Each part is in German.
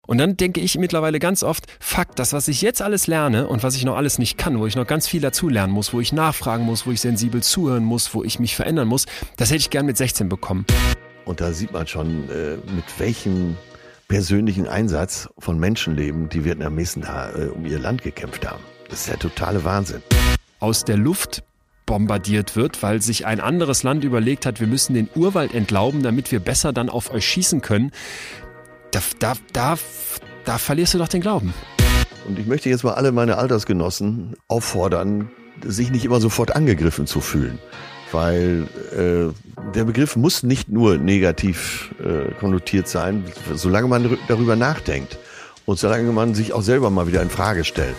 Und dann denke ich mittlerweile ganz oft, fuck, das, was ich jetzt alles lerne und was ich noch alles nicht kann, wo ich noch ganz viel dazu lernen muss, wo ich nachfragen muss, wo ich sensibel zuhören muss, wo ich mich verändern muss, das hätte ich gern mit 16 bekommen. Und da sieht man schon, mit welchem persönlichen Einsatz von Menschenleben die Vietnamesen da um ihr Land gekämpft haben. Das ist der totale Wahnsinn. Aus der Luft bombardiert wird, weil sich ein anderes Land überlegt hat, wir müssen den Urwald entlauben, damit wir besser dann auf euch schießen können. Da verlierst du doch den Glauben. Und ich möchte jetzt mal alle meine Altersgenossen auffordern, sich nicht immer sofort angegriffen zu fühlen. Weil der Begriff muss nicht nur negativ konnotiert sein, solange man darüber nachdenkt und solange man sich auch selber mal wieder in Frage stellt.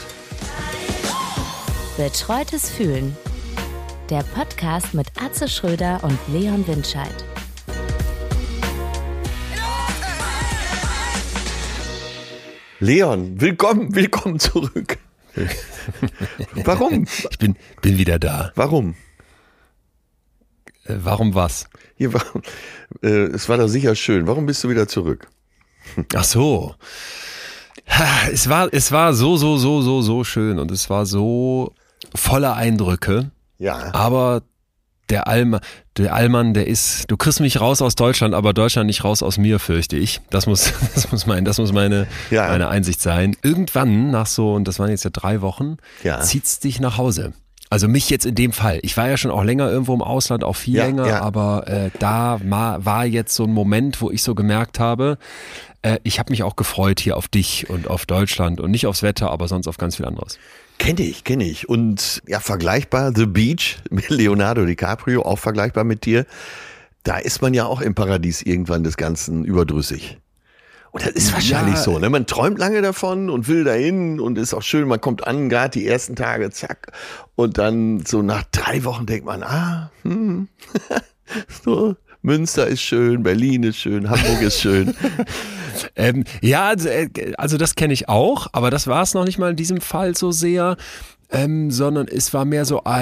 Betreutes Fühlen. Der Podcast mit Atze Schröder und Leon Windscheid. Leon, willkommen zurück. Warum? Ich bin wieder da. Warum? Warum was? Es war doch sicher schön. Warum bist du wieder zurück? Ach so. Es war so schön und es war so voller Eindrücke. Ja. Aber der Allmann, du kriegst mich raus aus Deutschland, aber Deutschland nicht raus aus mir, fürchte ich. Das muss meine Einsicht sein. Irgendwann und das waren jetzt ja 3 Wochen, zieht's dich nach Hause. Also mich jetzt in dem Fall. Ich war ja schon auch länger irgendwo im Ausland, auch viel länger, aber da war jetzt so ein Moment, wo ich so gemerkt habe, ich habe mich auch gefreut hier auf dich und auf Deutschland und nicht aufs Wetter, aber sonst auf ganz viel anderes. Kenn ich. Und ja, vergleichbar, The Beach mit Leonardo DiCaprio, auch vergleichbar mit dir. Da ist man ja auch im Paradies irgendwann des Ganzen überdrüssig. Und das ist wahrscheinlich so, ne? Man träumt lange davon und will dahin und ist auch schön, man kommt an, gerade die ersten Tage, zack. Und dann so nach 3 Wochen denkt man, so, Münster ist schön, Berlin ist schön, Hamburg ist schön. Also das kenne ich auch, aber das war es noch nicht mal in diesem Fall so sehr, sondern es war mehr so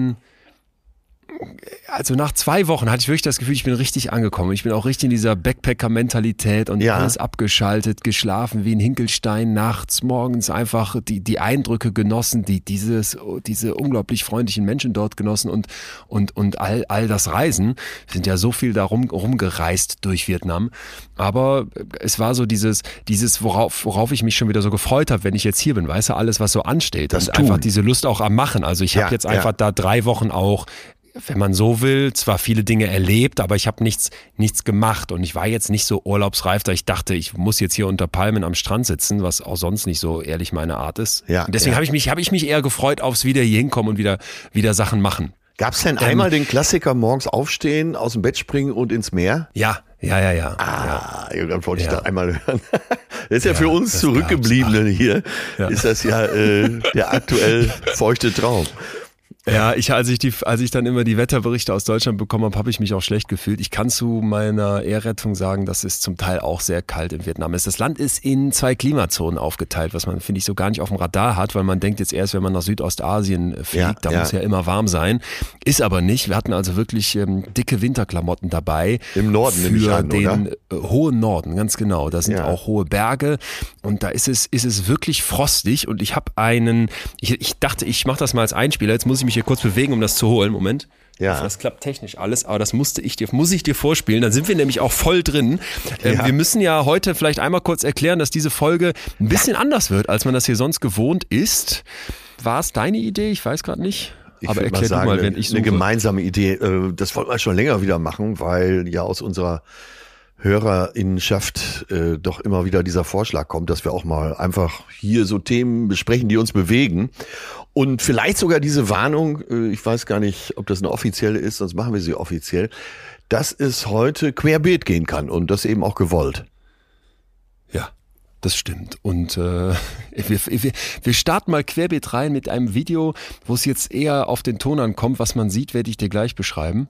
also nach 2 Wochen hatte ich wirklich das Gefühl, ich bin richtig angekommen. Ich bin auch richtig in dieser Backpacker-Mentalität und alles abgeschaltet, geschlafen wie ein Hinkelstein, nachts, morgens einfach die Eindrücke genossen, diese unglaublich freundlichen Menschen dort genossen und all das Reisen. Wir sind ja so viel da rumgereist durch Vietnam. Aber es war so dieses worauf ich mich schon wieder so gefreut habe, wenn ich jetzt hier bin, weißt du, alles, was so ansteht. Das und einfach diese Lust auch am Machen. Also ich habe jetzt einfach da 3 Wochen auch, wenn man so will, zwar viele Dinge erlebt, aber ich habe nichts gemacht und ich war jetzt nicht so urlaubsreif, da ich dachte, ich muss jetzt hier unter Palmen am Strand sitzen, was auch sonst nicht so ehrlich meine Art ist. Ja, und deswegen habe ich mich eher gefreut aufs wieder hier hinkommen und wieder Sachen machen. Gab es denn einmal den Klassiker morgens aufstehen, aus dem Bett springen und ins Meer? Ja. Dann wollte ich das einmal hören. Das ist ja für uns Zurückgebliebenen hier, ist das ja der aktuell feuchte Traum. Ja, als ich dann immer die Wetterberichte aus Deutschland bekommen habe ich mich auch schlecht gefühlt. Ich kann zu meiner Ehrrettung sagen, dass es zum Teil auch sehr kalt in Vietnam ist. Das Land ist in 2 Klimazonen aufgeteilt, was man, finde ich, so gar nicht auf dem Radar hat, weil man denkt jetzt erst, wenn man nach Südostasien fliegt, da muss ja immer warm sein. Ist aber nicht. Wir hatten also wirklich dicke Winterklamotten dabei. Im Norden für nehme ich an, den oder? Hohen Norden, ganz genau. Da sind auch hohe Berge und da ist es wirklich frostig und ich habe ich dachte, ich mache das mal als Einspieler, jetzt muss ich mich hier kurz bewegen, um das zu holen. Moment. Ja. Das klappt technisch alles, aber das muss ich dir vorspielen. Dann sind wir nämlich auch voll drin. Wir müssen ja heute vielleicht einmal kurz erklären, dass diese Folge ein bisschen anders wird, als man das hier sonst gewohnt ist. War es deine Idee? Ich weiß gerade nicht. Aber erklär du mal, wenn ich suche. Eine gemeinsame Idee. Das wollten wir schon länger wieder machen, weil ja aus unserer Hörerinnenschaft doch immer wieder dieser Vorschlag kommt, dass wir auch mal einfach hier so Themen besprechen, die uns bewegen. Und vielleicht sogar diese Warnung, ich weiß gar nicht, ob das eine offizielle ist, sonst machen wir sie offiziell, dass es heute querbeet gehen kann und das eben auch gewollt. Ja, das stimmt. Und wir starten mal querbeet rein mit einem Video, wo es jetzt eher auf den Ton ankommt. Was man sieht, werde ich dir gleich beschreiben.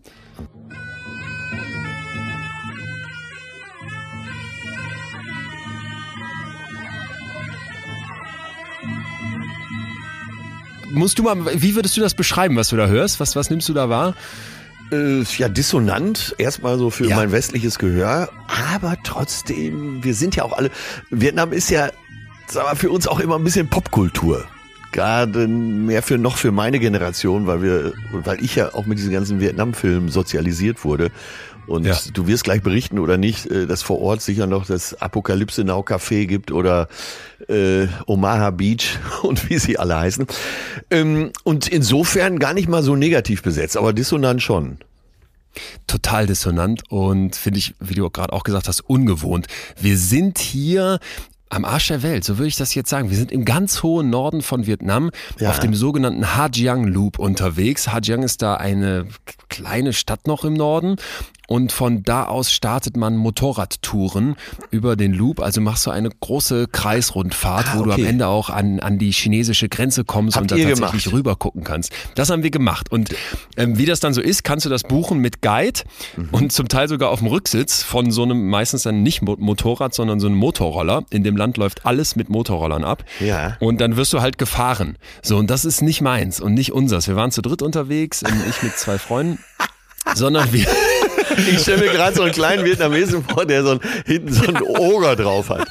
Wie würdest du das beschreiben, was du da hörst? Was nimmst du da wahr? Ja, dissonant, erstmal so für mein westliches Gehör, Aber trotzdem, wir sind ja auch alle, Vietnam ist ja, sagen wir, für uns auch immer ein bisschen Popkultur. Gerade mehr für meine Generation, weil ich ja auch mit diesen ganzen Vietnam-Filmen sozialisiert wurde. Und du wirst gleich berichten oder nicht, dass vor Ort sicher noch das Apokalypse Now Café gibt oder Omaha Beach und wie sie alle heißen. Und insofern gar nicht mal so negativ besetzt, aber dissonant schon. Total dissonant und finde ich, wie du gerade auch gesagt hast, ungewohnt. Wir sind hier am Arsch der Welt, so würde ich das jetzt sagen. Wir sind im ganz hohen Norden von Vietnam auf dem sogenannten Ha Giang Loop unterwegs. Ha Giang ist da eine kleine Stadt noch im Norden. Und von da aus startet man Motorradtouren über den Loop. Also machst du eine große Kreisrundfahrt, wo du am Ende auch an die chinesische Grenze kommst und da tatsächlich rüber gucken kannst. Das haben wir gemacht. Und wie das dann so ist, kannst du das buchen mit Guide und zum Teil sogar auf dem Rücksitz von so einem, meistens dann nicht Motorrad, sondern so einem Motorroller. In dem Land läuft alles mit Motorrollern ab. Ja. Und dann wirst du halt gefahren. So, und das ist nicht meins und nicht unseres. Wir waren zu dritt unterwegs, ich mit 2 Freunden, sondern wir... Ich stelle mir gerade so einen kleinen Vietnamesen vor, der hinten so einen Oger drauf hat.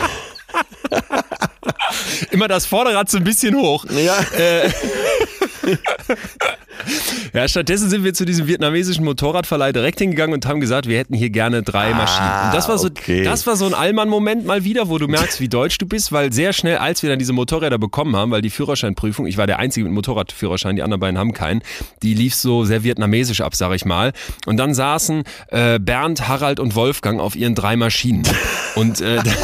Immer das Vorderrad so ein bisschen hoch. Ja. Ja, stattdessen sind wir zu diesem vietnamesischen Motorradverleih direkt hingegangen und haben gesagt, wir hätten hier gerne 3 Maschinen. Und das war so ein Allmann-Moment mal wieder, wo du merkst, wie deutsch du bist, weil sehr schnell, als wir dann diese Motorräder bekommen haben, weil die Führerscheinprüfung, ich war der Einzige mit Motorradführerschein, die anderen beiden haben keinen, die lief so sehr vietnamesisch ab, sag ich mal. Und dann saßen Bernd, Harald und Wolfgang auf ihren 3 Maschinen. Und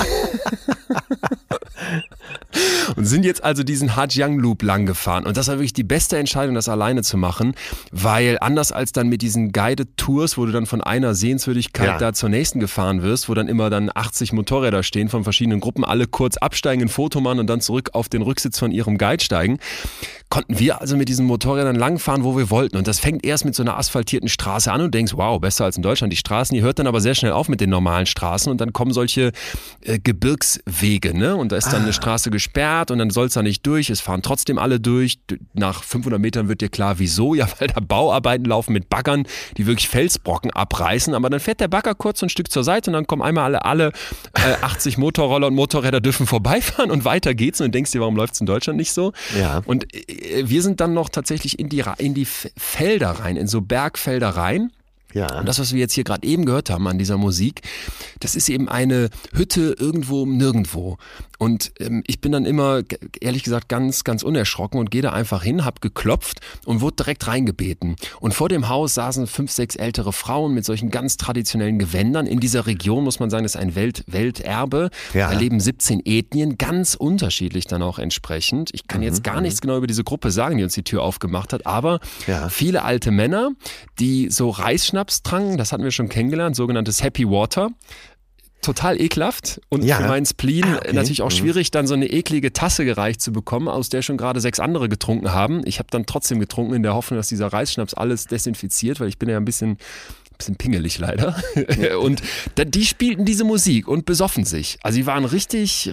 und sind jetzt also diesen Ha Giang Loop lang gefahren. Und das war wirklich die beste Entscheidung, das alleine zu machen, weil anders als dann mit diesen Guided Tours, wo du dann von einer Sehenswürdigkeit da zur nächsten gefahren wirst, wo dann immer dann 80 Motorräder stehen von verschiedenen Gruppen, alle kurz absteigen, ein Foto machen und dann zurück auf den Rücksitz von ihrem Guide steigen, konnten wir also mit diesen Motorrädern langfahren, wo wir wollten. Und das fängt erst mit so einer asphaltierten Straße an und denkst, wow, besser als in Deutschland die Straßen. Die hört dann aber sehr schnell auf mit den normalen Straßen und dann kommen solche Gebirgswege, ne? Und da ist dann eine Straße gesperrt und dann soll es da nicht durch. Es fahren trotzdem alle durch. Nach 500 Metern wird dir klar, wieso? Ja, weil da Bauarbeiten laufen mit Baggern, die wirklich Felsbrocken abreißen. Aber dann fährt der Bagger kurz ein Stück zur Seite und dann kommen einmal alle 80 Motorroller und Motorräder dürfen vorbeifahren und weiter geht's. Und du denkst dir, warum läuft's in Deutschland nicht so? Ja. Und wir sind dann noch tatsächlich in die Felder rein, in so Bergfelder rein. Ja. Und das, was wir jetzt hier gerade eben gehört haben an dieser Musik, das ist eben eine Hütte irgendwo nirgendwo. Und ich bin dann immer, ehrlich gesagt, ganz, ganz unerschrocken und gehe da einfach hin, hab geklopft und wurde direkt reingebeten. Und vor dem Haus saßen 5, 6 ältere Frauen mit solchen ganz traditionellen Gewändern. In dieser Region, muss man sagen, das ist ein Welterbe. Ja. Da leben 17 Ethnien, ganz unterschiedlich dann auch entsprechend. Ich kann jetzt gar nichts genau über diese Gruppe sagen, die uns die Tür aufgemacht hat, aber viele alte Männer, die so Reisschnaps tranken, das hatten wir schon kennengelernt, sogenanntes Happy Water. Total ekelhaft und für meinen Spleen natürlich auch schwierig, dann so eine eklige Tasse gereicht zu bekommen, aus der schon gerade 6 andere getrunken haben. Ich habe dann trotzdem getrunken in der Hoffnung, dass dieser Reisschnaps alles desinfiziert, weil ich bin ja ein bisschen pingelig leider. Und die spielten diese Musik und besoffen sich. Also die waren richtig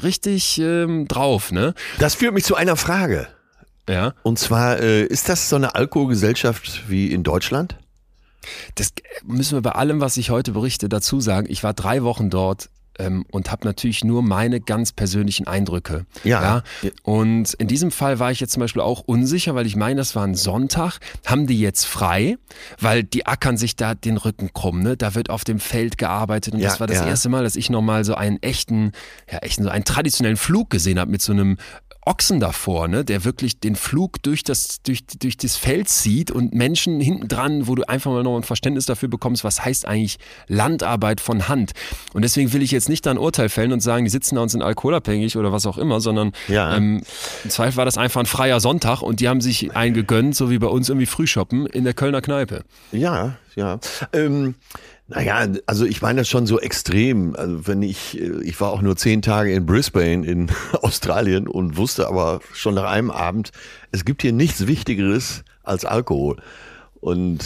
drauf, ne? Das führt mich zu einer Frage. Ja. Und zwar, ist das so eine Alkoholgesellschaft wie in Deutschland? Das müssen wir bei allem, was ich heute berichte, dazu sagen. Ich war 3 Wochen dort und habe natürlich nur meine ganz persönlichen Eindrücke. Ja. Und in diesem Fall war ich jetzt zum Beispiel auch unsicher, weil ich meine, das war ein Sonntag. Haben die jetzt frei? Weil die ackern sich da den Rücken krumm. Ne? Da wird auf dem Feld gearbeitet. Und das war das erste Mal, dass ich nochmal so einen so einen traditionellen Flug gesehen habe mit so einem Ochsen davor, ne, der wirklich den Flug durch das Feld zieht und Menschen hinten dran, wo du einfach mal noch ein Verständnis dafür bekommst, was heißt eigentlich Landarbeit von Hand. Und deswegen will ich jetzt nicht da ein Urteil fällen und sagen, die sitzen da und sind alkoholabhängig oder was auch immer, sondern im Zweifel war das einfach ein freier Sonntag und die haben sich einen gegönnt, so wie bei uns irgendwie Frühshoppen in der Kölner Kneipe. Ja. Naja, also ich meine das schon so extrem. Also ich war auch nur 10 Tage in Brisbane in Australien und wusste aber schon nach einem Abend, es gibt hier nichts Wichtigeres als Alkohol. Und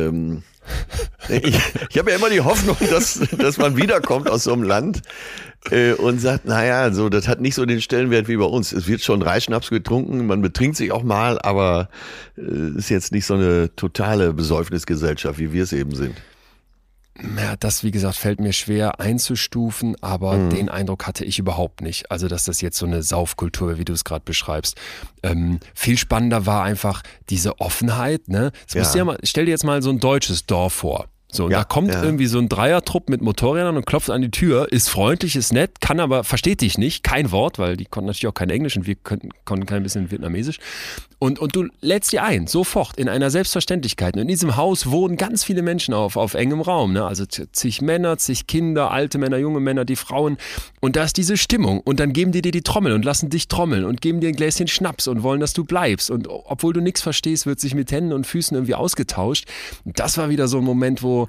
ich habe ja immer die Hoffnung, dass man wiederkommt aus so einem Land und sagt, naja, so das hat nicht so den Stellenwert wie bei uns. Es wird schon Reisschnaps getrunken, man betrinkt sich auch mal, aber ist jetzt nicht so eine totale Besäufnisgesellschaft, wie wir es eben sind. Ja, das, wie gesagt, fällt mir schwer einzustufen, aber den Eindruck hatte ich überhaupt nicht. Also, dass das jetzt so eine Saufkultur, wie du es gerade beschreibst. Viel spannender war einfach diese Offenheit. Ne? Stell dir jetzt mal so ein deutsches Dorf vor. So, und da kommt irgendwie so ein Dreiertrupp mit Motorrädern und klopft an die Tür, ist freundlich, ist nett, versteht dich nicht, kein Wort, weil die konnten natürlich auch kein Englisch und wir konnten kein bisschen Vietnamesisch. Und du lädst die ein, sofort, in einer Selbstverständlichkeit. Und in diesem Haus wohnen ganz viele Menschen auf engem Raum. Ne? Also zig Männer, zig Kinder, alte Männer, junge Männer, die Frauen. Und da ist diese Stimmung. Und dann geben die dir die Trommel und lassen dich trommeln und geben dir ein Gläschen Schnaps und wollen, dass du bleibst. Und obwohl du nichts verstehst, wird sich mit Händen und Füßen irgendwie ausgetauscht. Und das war wieder so ein Moment, wo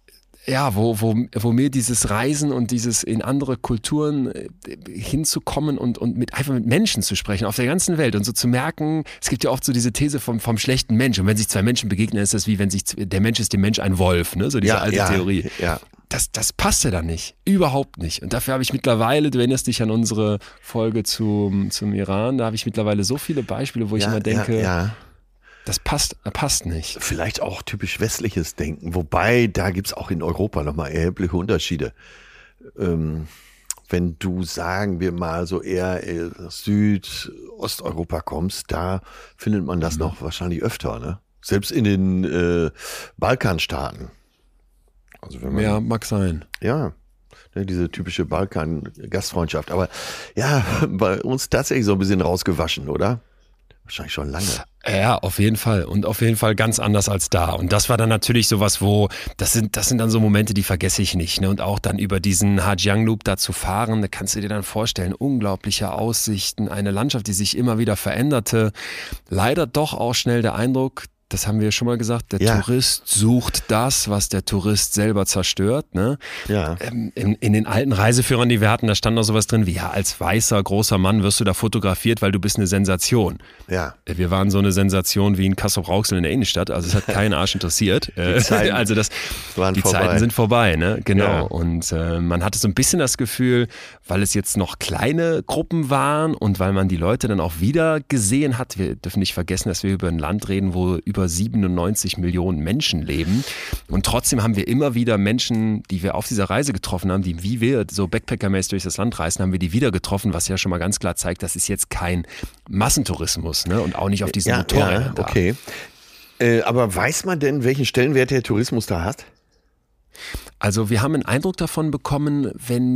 mir dieses Reisen und dieses in andere Kulturen hinzukommen und einfach mit Menschen zu sprechen auf der ganzen Welt und so zu merken, es gibt ja oft so diese These vom schlechten Mensch und wenn sich zwei Menschen begegnen, ist das wie wenn der Mensch ist dem Mensch ein Wolf, ne? So diese alte Theorie. Ja. Das passte da nicht, überhaupt nicht. Und dafür habe ich mittlerweile, du erinnerst dich an unsere Folge zum Iran, da habe ich mittlerweile so viele Beispiele, wo ich immer denke, das passt nicht. Vielleicht auch typisch westliches Denken, wobei da gibt's auch in Europa nochmal erhebliche Unterschiede. Wenn du, sagen wir mal, so eher Südosteuropa kommst, da findet man das noch wahrscheinlich öfter, ne? Selbst in den Balkanstaaten. Also wenn man, mag sein. Ja, diese typische Balkan-Gastfreundschaft. Aber ja, bei uns tatsächlich so ein bisschen rausgewaschen, oder? Wahrscheinlich schon lange. Ja, auf jeden Fall. Und auf jeden Fall ganz anders als da. Und das war dann natürlich sowas, das sind dann so Momente, die vergesse ich nicht. Ne? Und auch dann über diesen Hajiang Loop da zu fahren, da kannst du dir dann vorstellen, unglaubliche Aussichten, eine Landschaft, die sich immer wieder veränderte. Leider doch auch schnell der Eindruck, das haben wir schon mal gesagt, der Tourist sucht das, was der Tourist selber zerstört. Ne? Ja. In den alten Reiseführern, die wir hatten, da stand noch sowas drin wie, als weißer, großer Mann wirst du da fotografiert, weil du bist eine Sensation. Ja. Wir waren so eine Sensation wie in Kassel-Rauxel in der Innenstadt, also es hat keinen Arsch interessiert. Die Zeiten sind vorbei. Ne? Genau. Ja. Und man hatte so ein bisschen das Gefühl, weil es jetzt noch kleine Gruppen waren und weil man die Leute dann auch wieder gesehen hat, wir dürfen nicht vergessen, dass wir über ein Land reden, wo über 97 Millionen Menschen leben. Und trotzdem haben wir immer wieder Menschen, die wir auf dieser Reise getroffen haben, die wie wir so Backpackermäßig durch das Land reisen, haben wir die wieder getroffen, was ja schon mal ganz klar zeigt, das ist jetzt kein Massentourismus, ne? Und auch nicht auf diesen Motorrädern. Ja, okay. Aber weiß man denn, welchen Stellenwert der Tourismus da hat? Also wir haben einen Eindruck davon bekommen,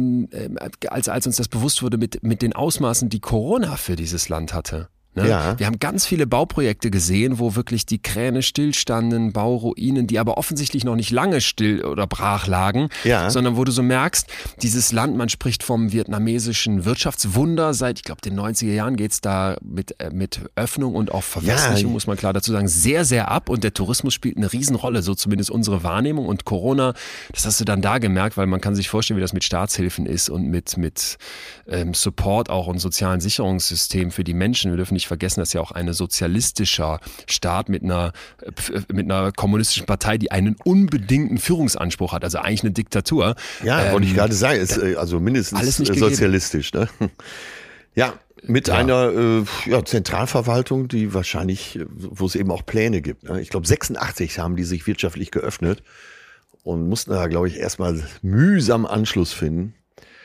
als uns das bewusst wurde mit den Ausmaßen, die Corona für dieses Land hatte. Ne? Ja. Wir haben ganz viele Bauprojekte gesehen, wo wirklich die Kräne stillstanden, Bauruinen, die aber offensichtlich noch nicht lange still oder brach lagen, sondern wo du so merkst, dieses Land, man spricht vom vietnamesischen Wirtschaftswunder, seit, ich glaube, den 90er Jahren geht's da mit Öffnung und auch Verwestlichung, muss man klar dazu sagen, sehr, sehr ab und der Tourismus spielt eine Riesenrolle, so zumindest unsere Wahrnehmung und Corona, das hast du dann da gemerkt, weil man kann sich vorstellen, wie das mit Staatshilfen ist und mit Support auch und sozialen Sicherungssystemen für die Menschen. Wir dürfen nicht vergessen, dass ja auch ein sozialistischer Staat mit einer kommunistischen Partei, die einen unbedingten Führungsanspruch hat, also eigentlich eine Diktatur. Ja, wollte ich gerade sagen, ist also mindestens sozialistisch. Ne? Ja, mit einer Zentralverwaltung, die wahrscheinlich, wo es eben auch Pläne gibt. Ne? Ich glaube 86 haben die sich wirtschaftlich geöffnet und mussten da, glaube ich, erstmal mühsam Anschluss finden.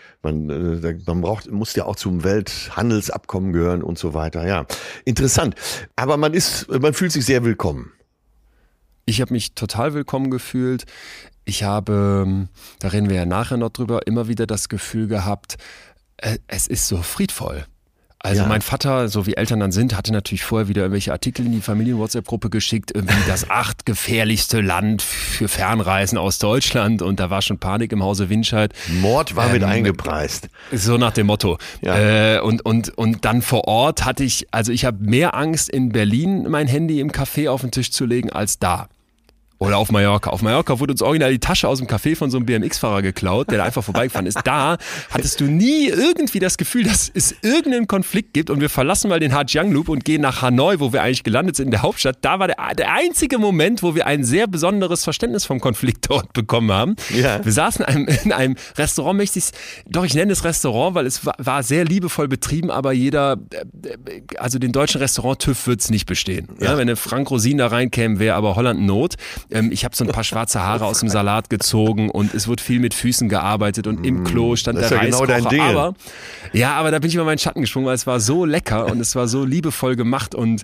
Man muss ja auch zum Welthandelsabkommen gehören und so weiter. Ja, interessant. Aber man fühlt sich sehr willkommen. Ich habe mich total willkommen gefühlt. Ich habe, da reden wir ja nachher noch drüber, immer wieder das Gefühl gehabt, es ist so friedvoll. Also mein Vater, so wie Eltern dann sind, hatte natürlich vorher wieder irgendwelche Artikel in die Familien-WhatsApp-Gruppe geschickt, irgendwie das 8 gefährlichste Land für Fernreisen aus Deutschland und da war schon Panik im Hause Winscheid. Mord war mit eingepreist. So nach dem Motto. Ja. Und dann vor Ort ich habe mehr Angst in Berlin mein Handy im Café auf den Tisch zu legen als da. Oder auf Mallorca. Auf Mallorca wurde uns original die Tasche aus dem Café von so einem BMX-Fahrer geklaut, der da einfach vorbeigefahren ist. Da hattest du nie irgendwie das Gefühl, dass es irgendeinen Konflikt gibt und wir verlassen mal den Hajiang Loop und gehen nach Hanoi, wo wir eigentlich gelandet sind, in der Hauptstadt. Da war der einzige Moment, wo wir ein sehr besonderes Verständnis vom Konflikt dort bekommen haben. Ja. Wir saßen in einem Restaurant, ich nenne es Restaurant, weil es war sehr liebevoll betrieben, aber also den deutschen Restaurant-TÜV wird es nicht bestehen. Ja. Ja, wenn eine Frank Rosin da reinkäme, wäre aber Holland Not. ich habe so ein paar schwarze Haare aus dem Salat gezogen und es wird viel mit Füßen gearbeitet und im Klo stand der Reiskocher. Genau dein Ding. Aber da bin ich über meinen Schatten gesprungen, weil es war so lecker und es war so liebevoll gemacht und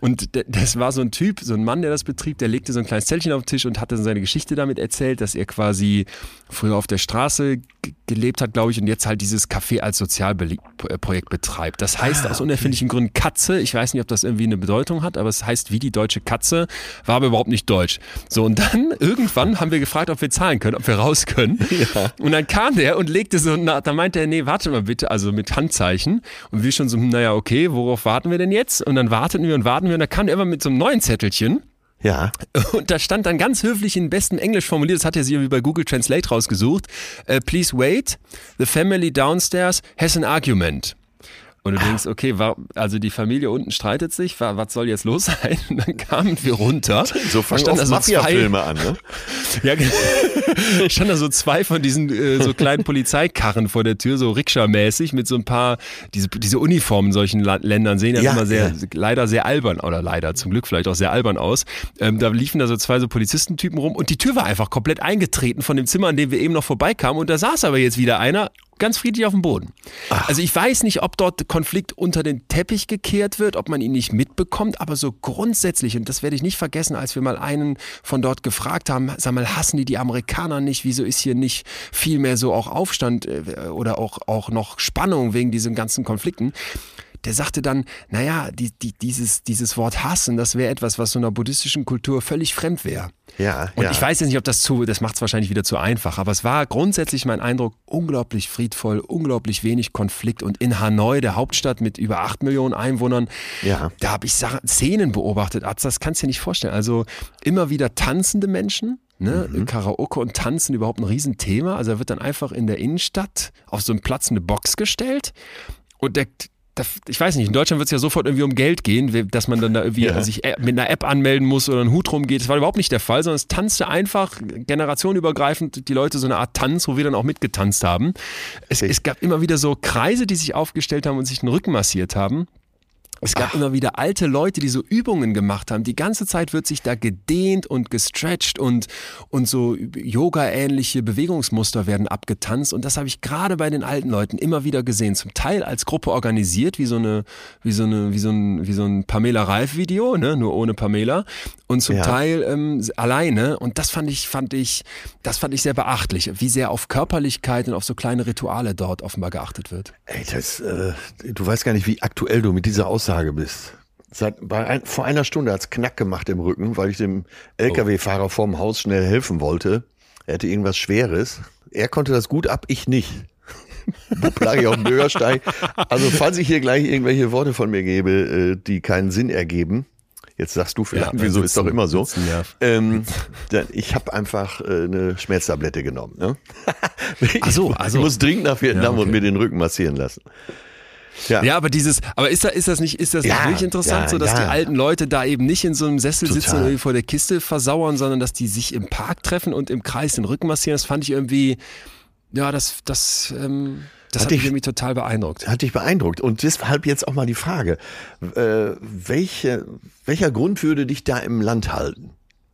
das war so ein Typ, so ein Mann, der das betrieb, der legte so ein kleines Zettelchen auf den Tisch und hatte seine Geschichte damit erzählt, dass er quasi früher auf der Straße gelebt hat, glaube ich, und jetzt halt dieses Café als Sozialprojekt betreibt. Das heißt aus unerfindlichen Gründen Katze. Ich weiß nicht, ob das irgendwie eine Bedeutung hat, aber es heißt wie die deutsche Katze, war aber überhaupt nicht deutsch. So, und dann irgendwann haben wir gefragt, ob wir zahlen können, ob wir raus können. Ja. Und dann kam der und legte so, da meinte er, nee, warte mal bitte, also mit Handzeichen. Und wir schon so, naja, okay, worauf warten wir denn jetzt? Und dann warteten wir und da kam er immer mit so einem neuen Zettelchen. Ja. Und da stand dann ganz höflich in bestem Englisch formuliert, das hat er sich irgendwie bei Google Translate rausgesucht, please wait, the family downstairs has an argument. Und du denkst, okay, also die Familie unten streitet sich, was soll jetzt los sein? Und dann kamen wir runter. So fangen auch Mafia-Filme an, ne? Ja, stand da so 2 von diesen so kleinen Polizeikarren vor der Tür, so Rikscha-mäßig, mit so ein paar, diese Uniformen in solchen Ländern sehen ja immer leider sehr albern, oder leider, zum Glück vielleicht auch sehr albern aus. Da liefen da so 2 so Polizistentypen rum und die Tür war einfach komplett eingetreten von dem Zimmer, an dem wir eben noch vorbeikamen und da saß aber jetzt wieder einer, ganz friedlich auf dem Boden. Ach. Also ich weiß nicht, ob dort Konflikt unter den Teppich gekehrt wird, ob man ihn nicht mitbekommt, aber so grundsätzlich, und das werde ich nicht vergessen, als wir mal einen von dort gefragt haben, sag mal, hassen die Amerikaner nicht? Wieso ist hier nicht viel mehr so auch Aufstand oder auch noch Spannung wegen diesen ganzen Konflikten? Der sagte dann, naja, dieses Wort hassen, das wäre etwas, was so einer buddhistischen Kultur völlig fremd wäre. Ja, und ich weiß jetzt nicht, ob das macht es wahrscheinlich wieder zu einfach, aber es war grundsätzlich mein Eindruck, unglaublich friedvoll, unglaublich wenig Konflikt und in Hanoi, der Hauptstadt mit über 8 Millionen Einwohnern, da habe ich Szenen beobachtet, das kannst du dir nicht vorstellen. Also immer wieder tanzende Menschen, ne? Karaoke und Tanzen überhaupt ein Riesenthema, also da wird dann einfach in der Innenstadt auf so einen Platz eine Box gestellt und ich weiß nicht, in Deutschland wird es ja sofort irgendwie um Geld gehen, dass man dann da irgendwie sich mit einer App anmelden muss oder einen Hut rumgeht. Das war überhaupt nicht der Fall, sondern es tanzte einfach generationenübergreifend die Leute so eine Art Tanz, wo wir dann auch mitgetanzt haben. Es gab immer wieder so Kreise, die sich aufgestellt haben und sich den Rücken massiert haben. Es gab immer wieder alte Leute, die so Übungen gemacht haben. Die ganze Zeit wird sich da gedehnt und gestretcht und so Yoga-ähnliche Bewegungsmuster werden abgetanzt. Und das habe ich gerade bei den alten Leuten immer wieder gesehen. Zum Teil als Gruppe organisiert, wie so ein Pamela Reif-Video, ne? Nur ohne Pamela. Und zum Teil alleine. Und das fand ich sehr beachtlich, wie sehr auf Körperlichkeit und auf so kleine Rituale dort offenbar geachtet wird. Ey, du weißt gar nicht, wie aktuell du mit dieser Aussage bist. Vor einer Stunde hat's Knack gemacht im Rücken, weil ich dem LKW-Fahrer vorm Haus schnell helfen wollte. Er hatte irgendwas Schweres. Er konnte das gut ab, ich nicht. Bupp lag ich auf dem Bürgersteig. Also falls ich hier gleich irgendwelche Worte von mir gebe, die keinen Sinn ergeben, jetzt sagst du vielleicht, wieso ist doch immer so. Ich habe einfach eine Schmerztablette genommen. Ne? Ich muss dringend nach Vietnam und mir den Rücken massieren lassen. Ja, aber ist das nicht wirklich interessant, so dass die alten Leute da eben nicht in so einem Sessel sitzen und irgendwie vor der Kiste versauern, sondern dass die sich im Park treffen und im Kreis den Rücken massieren? Das fand ich irgendwie, das hat mich irgendwie total beeindruckt. Hat dich beeindruckt. Und deshalb jetzt auch mal die Frage, welcher Grund würde dich da im Land halten?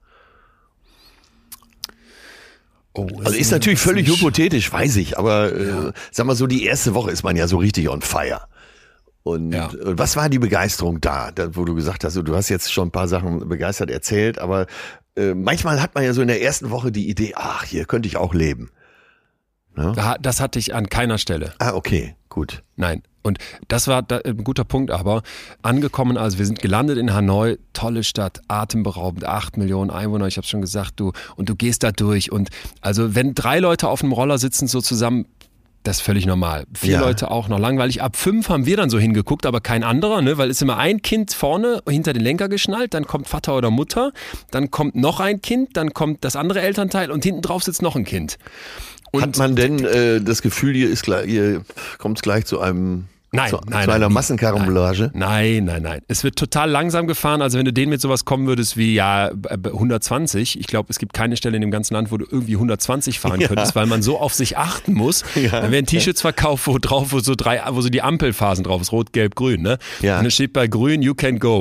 Also ist natürlich völlig hypothetisch, weiß ich, aber sag mal so, die erste Woche ist man ja so richtig on fire. Und was war die Begeisterung da, wo du gesagt hast, du hast jetzt schon ein paar Sachen begeistert erzählt, aber manchmal hat man ja so in der ersten Woche die Idee, hier könnte ich auch leben. Ja? Das hatte ich an keiner Stelle. Okay, gut. Nein. Und das war ein guter Punkt, aber angekommen, also wir sind gelandet in Hanoi, tolle Stadt, atemberaubend, 8 Millionen Einwohner, ich habe schon gesagt, du gehst da durch und also wenn 3 Leute auf einem Roller sitzen so zusammen, das ist völlig normal. 4 Leute auch noch langweilig. Ab 5 haben wir dann so hingeguckt, aber kein anderer, ne? Weil es ist immer ein Kind vorne hinter den Lenker geschnallt, dann kommt Vater oder Mutter, dann kommt noch ein Kind, dann kommt das andere Elternteil und hinten drauf sitzt noch ein Kind. Und hat man denn das Gefühl, hier kommt es gleich zu einem... Zu einer Massenkarambolage? Nein. Es wird total langsam gefahren. Also wenn du denen mit sowas kommen würdest wie 120, ich glaube, es gibt keine Stelle in dem ganzen Land, wo du irgendwie 120 fahren könntest, weil man so auf sich achten muss. Dann werden T-Shirts verkauft, wo so die Ampelphasen drauf ist, rot, gelb, grün. Ne? Ja. Und dann steht bei grün, you can go.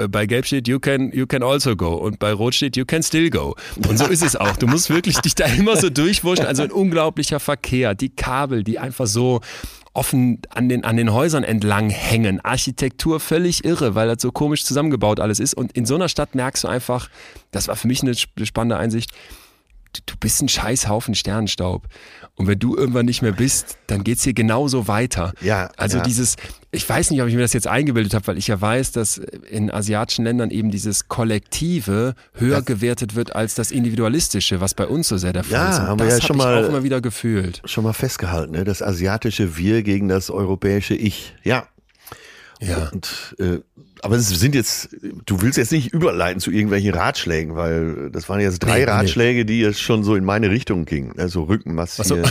bei Gelb steht, you can also go und bei Rot steht, you can still go. Und so ist es auch. Du musst wirklich dich da immer so durchwurschen. Also ein unglaublicher Verkehr, die Kabel, die einfach so offen an den Häusern entlang hängen. Architektur völlig irre, weil das so komisch zusammengebaut alles ist. Und in so einer Stadt merkst du einfach, das war für mich eine spannende Einsicht, du bist ein Scheißhaufen Sternenstaub. Und wenn du irgendwann nicht mehr bist, dann geht's hier genauso weiter. Ja, also dieses, ich weiß nicht, ob ich mir das jetzt eingebildet habe, weil ich ja weiß, dass in asiatischen Ländern eben dieses Kollektive höher gewertet wird als das Individualistische, was bei uns so sehr der Fall ist. Und haben wir ja schon mal auch immer wieder gefühlt. Schon mal festgehalten, ne? Das asiatische Wir gegen das europäische Ich. Ja. Und, aber es sind jetzt, du willst jetzt nicht überleiten zu irgendwelchen Ratschlägen, weil das waren jetzt 3 Ratschläge, die jetzt schon so in meine Richtung gingen. Also Rücken massieren.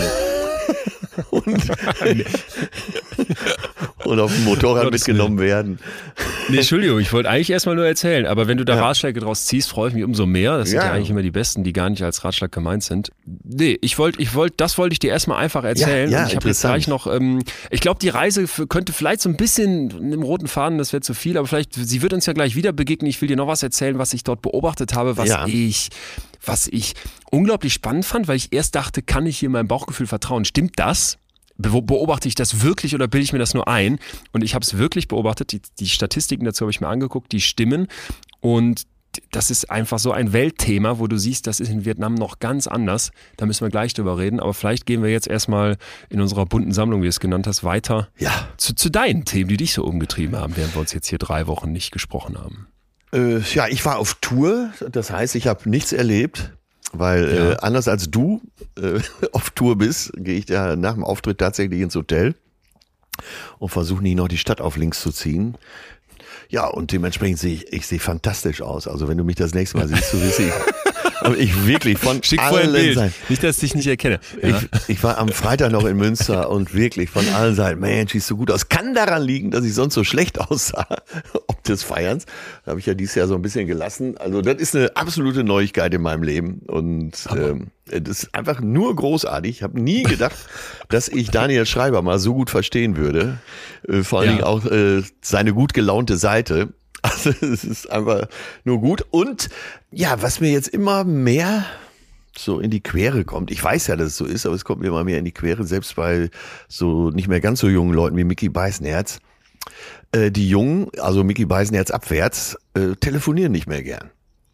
Und auf dem Motorrad mitgenommen werden. Nee, Entschuldigung, ich wollte eigentlich erstmal nur erzählen, aber wenn du da Ratschläge draus ziehst, freue ich mich umso mehr. Das sind ja eigentlich immer die besten, die gar nicht als Ratschlag gemeint sind. Nee, das wollte ich dir erstmal einfach erzählen. Ja, und ich habe jetzt gleich noch, ich glaube, die Reise könnte vielleicht so ein bisschen im roten Faden, das wäre zu viel, aber vielleicht, sie wird uns ja gleich wieder begegnen. Ich will dir noch was erzählen, was ich dort beobachtet habe, was ich unglaublich spannend fand, weil ich erst dachte, kann ich hier meinem Bauchgefühl vertrauen? Stimmt das? Beobachte ich das wirklich oder bilde ich mir das nur ein? Und ich habe es wirklich beobachtet, die Statistiken dazu habe ich mir angeguckt, die stimmen und das ist einfach so ein Weltthema, wo du siehst, das ist in Vietnam noch ganz anders, da müssen wir gleich drüber reden, aber vielleicht gehen wir jetzt erstmal in unserer bunten Sammlung, wie du es genannt hast, weiter zu deinen Themen, die dich so umgetrieben haben, während wir uns jetzt hier 3 Wochen nicht gesprochen haben. Ich war auf Tour, das heißt, ich habe nichts erlebt. Weil anders als du auf Tour bist, gehe ich ja nach dem Auftritt tatsächlich ins Hotel und versuche nicht noch die Stadt auf links zu ziehen. Ja, und dementsprechend sehe ich sehe fantastisch aus. Also wenn du mich das nächste Mal siehst, du wirst ich wirklich von allen Seiten. Nicht, dass ich dich nicht erkenne. Ja. Ich war am Freitag noch in Münster und wirklich von allen Seiten, Mensch, siehst du gut aus. Kann daran liegen, dass ich sonst so schlecht aussah, ob des Feierns. Da habe ich ja dieses Jahr so ein bisschen gelassen. Also das ist eine absolute Neuigkeit in meinem Leben und das ist einfach nur großartig. Ich habe nie gedacht, dass ich Daniel Schreiber mal so gut verstehen würde. Vor allen Dingen auch seine gut gelaunte Seite. Also es ist einfach nur gut. Und ja, was mir jetzt immer mehr so in die Quere kommt, ich weiß ja, dass es so ist, aber es kommt mir immer mehr in die Quere, selbst bei so nicht mehr ganz so jungen Leuten wie Micky Beisenherz. Die Jungen, also Micky Beisenherz abwärts, telefonieren nicht mehr gern.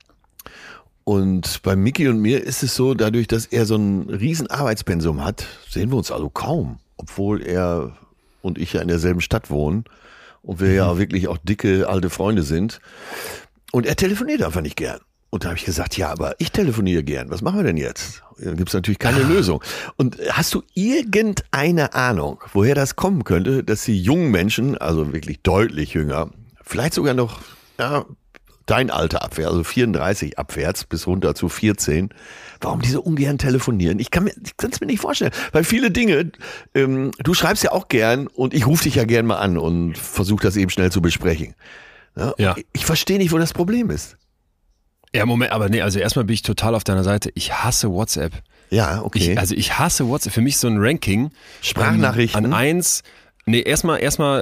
Und bei Micky und mir ist es so, dadurch, dass er so ein riesen Arbeitspensum hat, sehen wir uns also kaum, obwohl er und ich ja in derselben Stadt wohnen. Und wir ja wirklich auch dicke alte Freunde sind. Und er telefoniert einfach nicht gern. Und da habe ich gesagt, ja, aber ich telefoniere gern. Was machen wir denn jetzt? Da gibt es natürlich keine Lösung. Und hast du irgendeine Ahnung, woher das kommen könnte, dass die jungen Menschen, also wirklich deutlich jünger, vielleicht sogar noch dein Alter abwärts, also 34 abwärts bis runter zu 14, warum die so ungern telefonieren? Ich kann es mir nicht vorstellen, weil viele Dinge, du schreibst ja auch gern und ich rufe dich ja gern mal an und versuche das eben schnell zu besprechen. Ja. Ich verstehe nicht, wo das Problem ist. Ja, Moment, aber nee, also erstmal bin ich total auf deiner Seite. Ich hasse WhatsApp. Ja, okay. Ich hasse WhatsApp. Für mich so ein Ranking. Sprachnachrichten. An 1, erstmal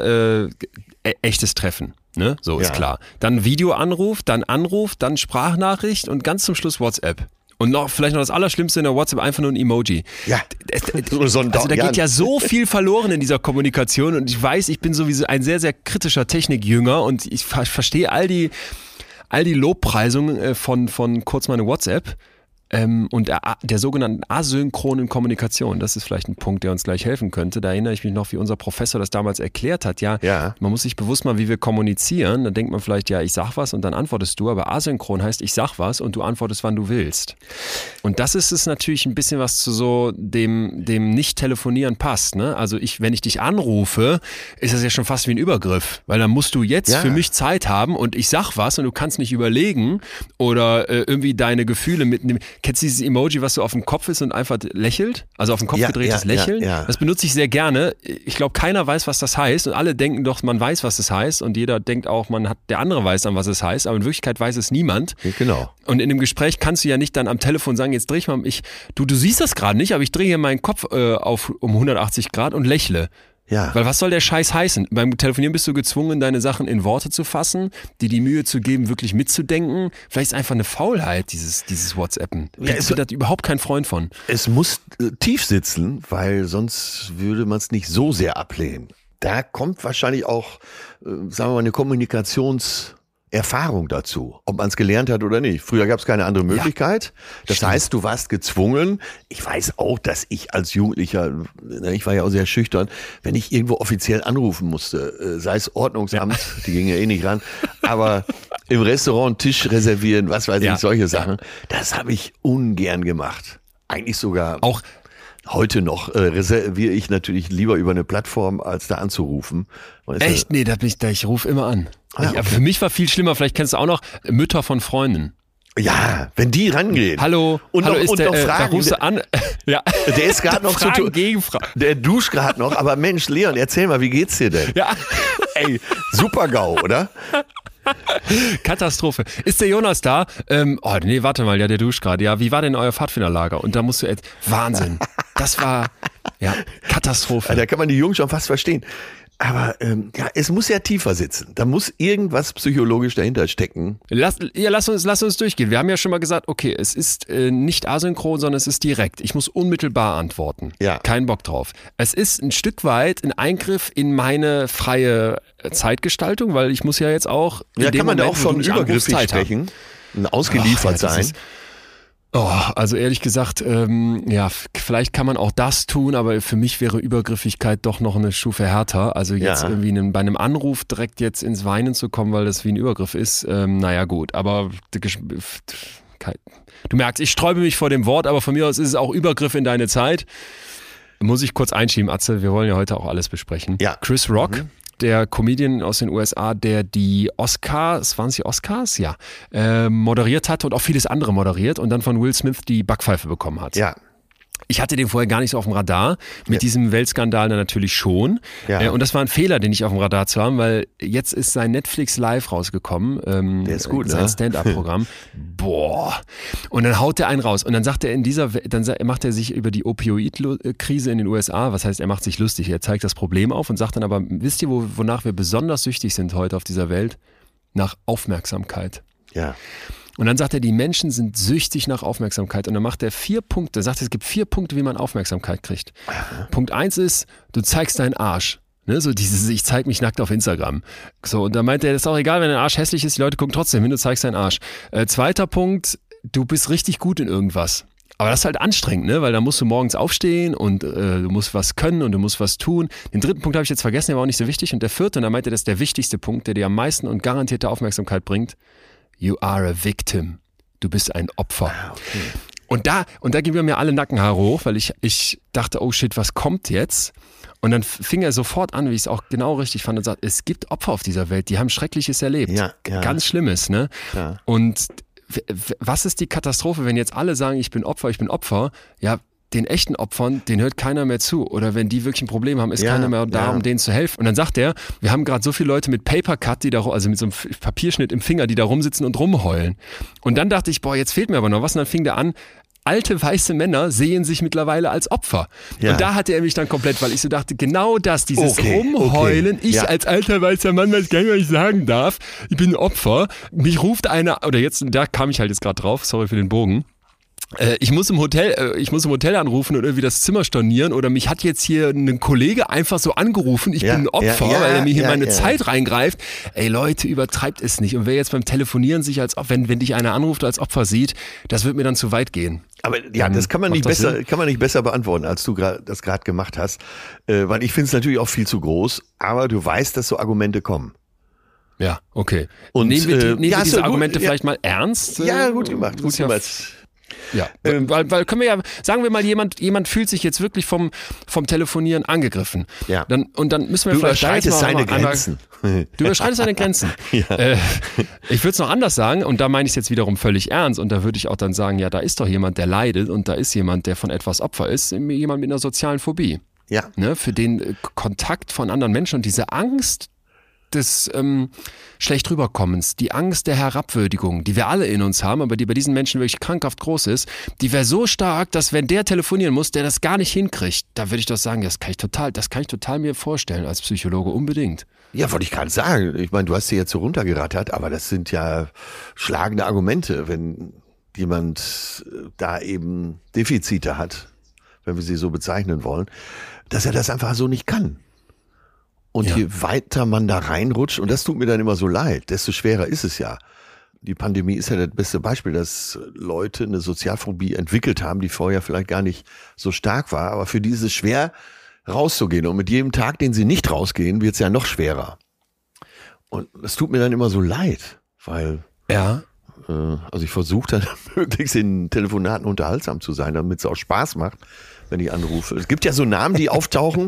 echtes Treffen. Ne? So ist klar. Dann Videoanruf, dann Anruf, dann Sprachnachricht und ganz zum Schluss WhatsApp. Und vielleicht noch das Allerschlimmste in der WhatsApp, einfach nur ein Emoji. Ja. Also da geht ja so viel verloren in dieser Kommunikation und ich weiß, ich bin sowieso ein sehr, sehr kritischer Technikjünger und ich verstehe all die Lobpreisungen von kurz meine WhatsApp. Und der sogenannten asynchronen Kommunikation, das ist vielleicht ein Punkt, der uns gleich helfen könnte. Da erinnere ich mich noch, wie unser Professor das damals erklärt hat. Ja. Man muss sich bewusst machen, wie wir kommunizieren. Dann denkt man vielleicht, ja, ich sag was und dann antwortest du. Aber asynchron heißt, ich sag was und du antwortest, wann du willst. Und das ist es natürlich ein bisschen, was zu so dem Nicht-Telefonieren passt. Ne? Also wenn ich dich anrufe, ist das ja schon fast wie ein Übergriff. Weil dann musst du jetzt für mich Zeit haben und ich sag was und du kannst nicht überlegen oder irgendwie deine Gefühle mitnehmen. Kennst du dieses Emoji, was so auf dem Kopf ist und einfach lächelt? Also auf den Kopf gedrehtes Lächeln? Ja. Das benutze ich sehr gerne. Ich glaube, keiner weiß, was das heißt und alle denken doch, man weiß, was das heißt und jeder denkt auch, der andere weiß dann, was es heißt, aber in Wirklichkeit weiß es niemand. Genau. Und in dem Gespräch kannst du ja nicht dann am Telefon sagen, jetzt drehe ich mal, du siehst das gerade nicht, aber ich drehe hier meinen Kopf um 180 Grad und lächle. Ja. Weil was soll der Scheiß heißen? Beim Telefonieren bist du gezwungen, deine Sachen in Worte zu fassen, dir die Mühe zu geben, wirklich mitzudenken. Vielleicht ist es einfach eine Faulheit, dieses WhatsAppen. Ich bin da überhaupt kein Freund von. Es muss tief sitzen, weil sonst würde man es nicht so sehr ablehnen. Da kommt wahrscheinlich auch, sagen wir mal, eine Kommunikationserfahrung dazu, ob man es gelernt hat oder nicht. Früher gab es keine andere Möglichkeit. Das heißt, du warst gezwungen. Ich weiß auch, dass ich als Jugendlicher, ich war ja auch sehr schüchtern, wenn ich irgendwo offiziell anrufen musste, sei es Ordnungsamt, die gingen ja eh nicht ran, aber im Restaurant Tisch reservieren, was weiß ich, solche Sachen, das habe ich ungern gemacht. Eigentlich sogar auch heute noch reserviere ich natürlich lieber über eine Plattform, als da anzurufen. Echt? Nee, ich rufe immer an. Für mich war viel schlimmer, vielleicht kennst du auch noch Mütter von Freunden. Ja, wenn die rangehen. Hallo, und hallo, noch fragen. Da rufst du an. Ja. Der ist gerade noch der duscht gerade noch, aber Mensch, Leon, erzähl mal, wie geht's dir denn? Ja. Ey, super GAU, oder? Katastrophe. Ist der Jonas da? Nee, warte mal, der duscht gerade. Ja, wie war denn euer Pfadfinderlager? Und da musst du Wahnsinn. Das war, Katastrophe. Da kann man die Jungs schon fast verstehen. Aber es muss ja tiefer sitzen. Da muss irgendwas psychologisch dahinter stecken. Lass uns durchgehen. Wir haben ja schon mal gesagt, okay, es ist nicht asynchron, sondern es ist direkt. Ich muss unmittelbar antworten. Ja. Kein Bock drauf. Es ist ein Stück weit ein Eingriff in meine freie Zeitgestaltung, weil ich muss ja jetzt auch in dem kann man Moment, da auch von übergriffig sprechen, ausgeliefert sein. Also ehrlich gesagt, vielleicht kann man auch das tun, aber für mich wäre Übergriffigkeit doch noch eine Stufe härter. Also jetzt irgendwie bei einem Anruf direkt jetzt ins Weinen zu kommen, weil das wie ein Übergriff ist, gut. Aber du merkst, ich sträube mich vor dem Wort, aber von mir aus ist es auch Übergriff in deine Zeit. Muss ich kurz einschieben, Atze, wir wollen ja heute auch alles besprechen. Ja. Chris Rock. Der Comedian aus den USA, der die Oscars, waren es die Oscars? Ja, moderiert hat und auch vieles andere moderiert und dann von Will Smith die Backpfeife bekommen hat. Ja. Ich hatte den vorher gar nicht so auf dem Radar, mit diesem Weltskandal dann natürlich schon. Ja. Und das war ein Fehler, den ich auf dem Radar zu haben, weil jetzt ist sein Netflix Live rausgekommen. Der ist gut, sein ne? Stand-up-Programm. Boah. Und dann haut er einen raus. Und dann sagt er macht er sich über die Opioid-Krise in den USA, was heißt, er macht sich lustig. Er zeigt das Problem auf und sagt dann aber, wisst ihr, wonach wir besonders süchtig sind heute auf dieser Welt? Nach Aufmerksamkeit. Ja. Und dann sagt er, die Menschen sind süchtig nach Aufmerksamkeit. Und dann macht er 4 Punkte. Er sagt, es gibt 4 Punkte, wie man Aufmerksamkeit kriegt. Punkt 1 ist, du zeigst deinen Arsch. Ne, so dieses, ich zeig mich nackt auf Instagram. So, und dann meint er, das ist auch egal, wenn dein Arsch hässlich ist, die Leute gucken trotzdem hin, du zeigst deinen Arsch. 2. Punkt, du bist richtig gut in irgendwas. Aber das ist halt anstrengend, ne? Weil da musst du morgens aufstehen und du musst was können und du musst was tun. Den 3. Punkt habe ich jetzt vergessen, der war auch nicht so wichtig. Und der 4., und dann meint er, das ist der wichtigste Punkt, der dir am meisten und garantierte Aufmerksamkeit bringt. You are a victim. Du bist ein Opfer. Okay. Und da gingen mir alle Nackenhaare hoch, weil ich dachte, oh shit, was kommt jetzt? Und dann fing er sofort an, wie ich es auch genau richtig fand, und sagt, es gibt Opfer auf dieser Welt, die haben Schreckliches erlebt. Ja. Ganz Schlimmes, ne? Ja. Und was ist die Katastrophe, wenn jetzt alle sagen, ich bin Opfer? Ja, den echten Opfern, den hört keiner mehr zu. Oder wenn die wirklich ein Problem haben, ist keiner mehr da, um denen zu helfen. Und dann sagt er, wir haben gerade so viele Leute mit Papercut, also mit so einem Papierschnitt im Finger, die da rumsitzen und rumheulen. Und dann dachte ich, jetzt fehlt mir aber noch was. Und dann fing der an, alte weiße Männer sehen sich mittlerweile als Opfer. Ja. Und da hatte er mich dann komplett, weil ich so dachte, genau das, dieses Rumheulen, ich als alter weißer Mann, weiß gar nicht, was ich sagen darf, ich bin ein Opfer. Mich ruft einer, da kam ich halt jetzt gerade drauf, sorry für den Bogen. Ich muss im Hotel anrufen und irgendwie das Zimmer stornieren oder mich hat jetzt hier ein Kollege einfach so angerufen, ich bin ein Opfer, weil er mir hier meine Zeit reingreift. Ey Leute, übertreibt es nicht. Und wer jetzt beim Telefonieren sich wenn dich einer anruft als Opfer sieht, das wird mir dann zu weit gehen. Aber das kann man nicht besser beantworten, als du das gerade gemacht hast, weil ich finde es natürlich auch viel zu groß, aber du weißt, dass so Argumente kommen. Ja, okay. Und nehmen wir diese Argumente vielleicht mal ernst? Ja, gut gemacht. Ja, weil können wir ja, sagen wir mal, jemand fühlt sich jetzt wirklich vom Telefonieren angegriffen. Ja. Dann müssen wir du vielleicht überschreitest seine Grenzen. Du überschreitest seine Grenzen. Ja. Ich würde es noch anders sagen und da meine ich es jetzt wiederum völlig ernst und da würde ich auch dann sagen, ja, da ist doch jemand, der leidet und da ist jemand, der von etwas Opfer ist, jemand mit einer sozialen Phobie. Ja. Ne, für den Kontakt von anderen Menschen und diese Angst des schlecht rüberkommens, die Angst der Herabwürdigung, die wir alle in uns haben, aber die bei diesen Menschen wirklich krankhaft groß ist, die wäre so stark, dass wenn der telefonieren muss, der das gar nicht hinkriegt, da würde ich doch sagen, das kann ich total mir vorstellen als Psychologe, unbedingt. Ja, wollte ich gerade sagen. Ich meine, du hast sie jetzt so runtergerattert, aber das sind ja schlagende Argumente, wenn jemand da eben Defizite hat, wenn wir sie so bezeichnen wollen, dass er das einfach so nicht kann. Und je weiter man da reinrutscht, und das tut mir dann immer so leid, desto schwerer ist es ja. Die Pandemie ist ja das beste Beispiel, dass Leute eine Sozialphobie entwickelt haben, die vorher vielleicht gar nicht so stark war, aber für die ist es schwer rauszugehen. Und mit jedem Tag, den sie nicht rausgehen, wird es ja noch schwerer. Und es tut mir dann immer so leid, weil also ich versuche dann möglichst in Telefonaten unterhaltsam zu sein, damit es auch Spaß macht, wenn ich anrufe. Es gibt ja so Namen, die auftauchen,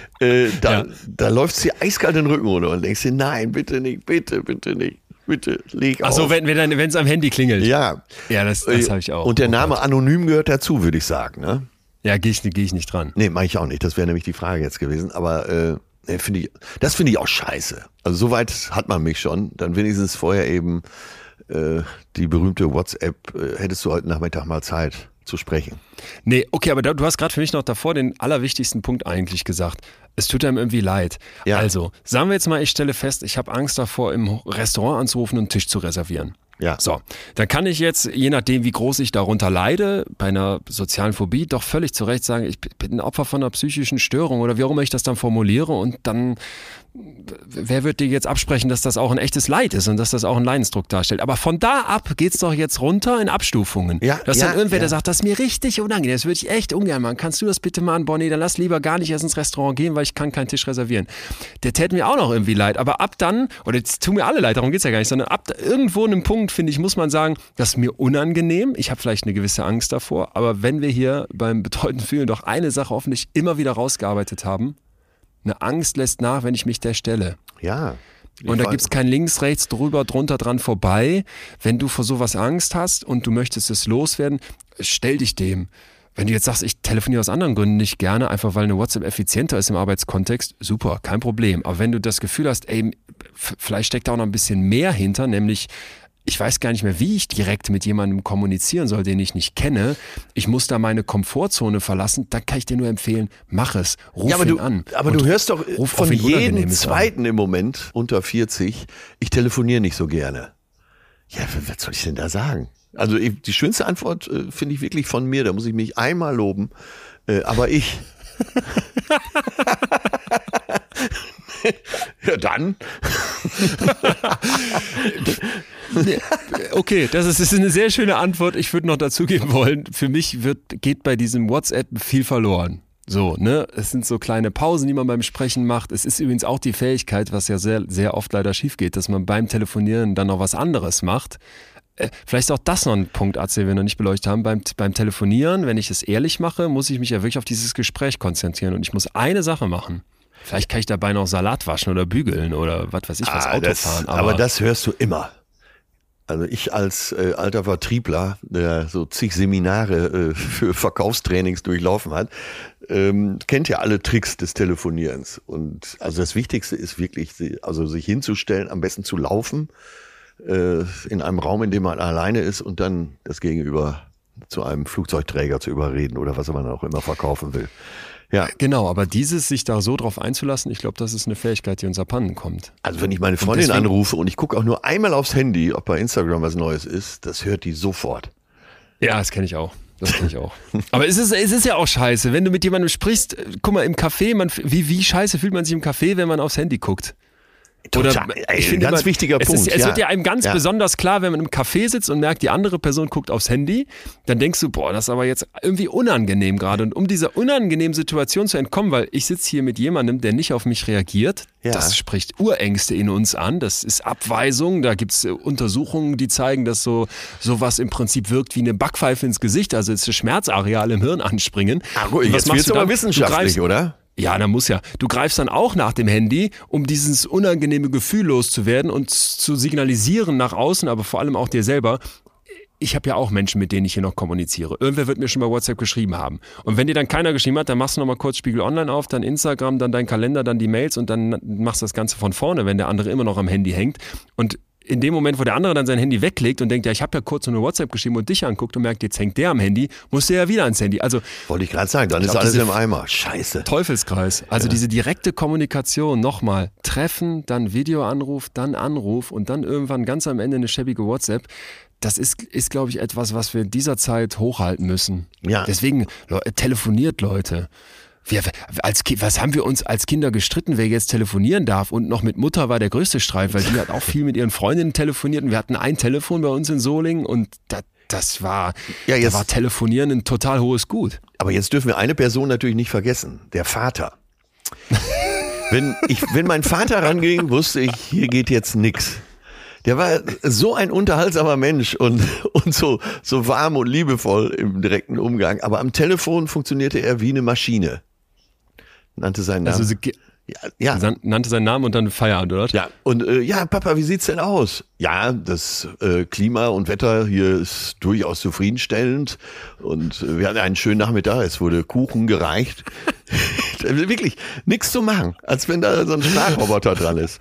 da läuft es dir eiskalt den Rücken runter und denkst dir, nein, bitte nicht, bitte nicht. Bitte, leg auf. Ach so, wenn es am Handy klingelt. Ja. Ja, das habe ich auch. Und der Name Anonym gehört dazu, würde ich sagen, ne? Ja, gehe ich nicht dran. Nee, mache ich auch nicht. Das wäre nämlich die Frage jetzt gewesen. Aber das finde ich auch scheiße. Also soweit hat man mich schon. Dann wenigstens vorher eben die berühmte WhatsApp, hättest du heute Nachmittag mal Zeit zu sprechen. Nee, okay, aber du hast gerade für mich noch davor den allerwichtigsten Punkt eigentlich gesagt. Es tut einem irgendwie leid. Ja. Also, sagen wir jetzt mal, ich stelle fest, ich habe Angst davor, im Restaurant anzurufen und einen Tisch zu reservieren. Ja. So, dann kann ich jetzt, je nachdem wie groß ich darunter leide, bei einer sozialen Phobie doch völlig zu Recht sagen, ich bin ein Opfer von einer psychischen Störung oder wie auch immer ich das dann formuliere und dann, wer wird dir jetzt absprechen, dass das auch ein echtes Leid ist und dass das auch einen Leidensdruck darstellt. Aber von da ab geht's doch jetzt runter in Abstufungen. Ja, dass dann irgendwer, der sagt, das ist mir richtig unangenehm, das würde ich echt ungern machen. Kannst du das bitte machen? Bonnie, dann lass lieber gar nicht erst ins Restaurant gehen, weil ich kann keinen Tisch reservieren. Der täte mir auch noch irgendwie leid. Aber ab dann, oder jetzt tun mir alle leid, darum geht's ja gar nicht, sondern ab irgendwo einem Punkt, finde ich, muss man sagen, das ist mir unangenehm. Ich habe vielleicht eine gewisse Angst davor, aber wenn wir hier beim betreuten Fühlen doch eine Sache hoffentlich immer wieder rausgearbeitet haben, eine Angst lässt nach, wenn ich mich der stelle. Ja. Und da gibt's kein links, rechts, drüber, drunter, dran, vorbei. Wenn du vor sowas Angst hast und du möchtest es loswerden, stell dich dem. Wenn du jetzt sagst, ich telefoniere aus anderen Gründen nicht gerne, einfach weil eine WhatsApp effizienter ist im Arbeitskontext, super, kein Problem. Aber wenn du das Gefühl hast, ey, vielleicht steckt da auch noch ein bisschen mehr hinter, nämlich ich weiß gar nicht mehr, wie ich direkt mit jemandem kommunizieren soll, den ich nicht kenne. Ich muss da meine Komfortzone verlassen. Dann kann ich dir nur empfehlen, mach es. Ruf ihn an. Aber du hörst doch von jedem Zweiten im Moment unter 40, ich telefoniere nicht so gerne. Ja, was soll ich denn da sagen? Also die schönste Antwort finde ich wirklich von mir. Da muss ich mich einmal loben. Aber ich... Ja, dann. Okay, das ist eine sehr schöne Antwort. Ich würde noch dazugeben wollen, für mich geht bei diesem WhatsApp viel verloren. So, ne? Es sind so kleine Pausen, die man beim Sprechen macht. Es ist übrigens auch die Fähigkeit, was ja sehr, sehr oft leider schief geht, dass man beim Telefonieren dann noch was anderes macht. Vielleicht ist auch das noch ein Punkt, AC, den wir noch nicht beleuchtet haben. Beim Telefonieren, wenn ich es ehrlich mache, muss ich mich ja wirklich auf dieses Gespräch konzentrieren und ich muss eine Sache machen. Vielleicht kann ich dabei noch Salat waschen oder bügeln oder was weiß ich, was Auto fahren. Aber das hörst du immer. Also ich als alter Vertriebler, der so zig Seminare für Verkaufstrainings durchlaufen hat, kennt ja alle Tricks des Telefonierens. Und also das Wichtigste ist wirklich, also sich hinzustellen, am besten zu laufen, in einem Raum, in dem man alleine ist und dann das Gegenüber zu einem Flugzeugträger zu überreden oder was man auch immer verkaufen will. Ja. Genau, aber sich da so drauf einzulassen, ich glaube, das ist eine Fähigkeit, die uns abhanden kommt. Also wenn ich meine Freundin anrufe und ich gucke auch nur einmal aufs Handy, ob bei Instagram was Neues ist, das hört die sofort. Ja, das kenne ich auch. Aber es ist ja auch scheiße, wenn du mit jemandem sprichst, guck mal, im Café, wie scheiße fühlt man sich im Café, wenn man aufs Handy guckt? Total, ich finde ganz wichtiger Punkt. Es wird ja einem ganz besonders klar, wenn man im Café sitzt und merkt, die andere Person guckt aufs Handy, dann denkst du, boah, das ist aber jetzt irgendwie unangenehm gerade. Und um dieser unangenehmen Situation zu entkommen, weil ich sitze hier mit jemandem, der nicht auf mich reagiert, das spricht Urängste in uns an, das ist Abweisung, da gibt's Untersuchungen, die zeigen, dass sowas im Prinzip wirkt wie eine Backpfeife ins Gesicht, also jetzt Schmerzareale im Hirn anspringen. Ach gut, jetzt wird's aber wissenschaftlich, oder? Ja, da muss ja. Du greifst dann auch nach dem Handy, um dieses unangenehme Gefühl loszuwerden und zu signalisieren nach außen, aber vor allem auch dir selber, ich habe ja auch Menschen, mit denen ich hier noch kommuniziere. Irgendwer wird mir schon bei WhatsApp geschrieben haben. Und wenn dir dann keiner geschrieben hat, dann machst du nochmal kurz Spiegel Online auf, dann Instagram, dann dein Kalender, dann die Mails und dann machst du das Ganze von vorne, wenn der andere immer noch am Handy hängt. Und in dem Moment, wo der andere dann sein Handy weglegt und denkt, ja, ich habe ja kurz so eine WhatsApp geschrieben und dich anguckt und merkt, jetzt hängt der am Handy, muss der ja wieder ans Handy. Also wollte ich gerade sagen, dann ist alles im Eimer. Scheiße. Teufelskreis. Also diese direkte Kommunikation, nochmal, Treffen, dann Videoanruf, dann Anruf und dann irgendwann ganz am Ende eine schäbige WhatsApp. Das ist glaube ich, etwas, was wir in dieser Zeit hochhalten müssen. Ja. Deswegen telefoniert, Leute. Was haben wir uns als Kinder gestritten, wer jetzt telefonieren darf? Und noch mit Mutter war der größte Streit, weil die hat auch viel mit ihren Freundinnen telefoniert und wir hatten ein Telefon bei uns in Solingen und das war Telefonieren ein total hohes Gut. Aber jetzt dürfen wir eine Person natürlich nicht vergessen, der Vater. Wenn mein Vater ranging, wusste ich, hier geht jetzt nix. Der war so ein unterhaltsamer Mensch und so warm und liebevoll im direkten Umgang. Aber am Telefon funktionierte er wie eine Maschine. Nannte seinen Namen. Also nannte seinen Namen und dann Feierabend, oder? Ja, und Papa, wie sieht's denn aus? Ja, das Klima und Wetter hier ist durchaus zufriedenstellend und wir hatten einen schönen Nachmittag, es wurde Kuchen gereicht. Wirklich nichts zu machen, als wenn da so ein Sprachroboter dran ist.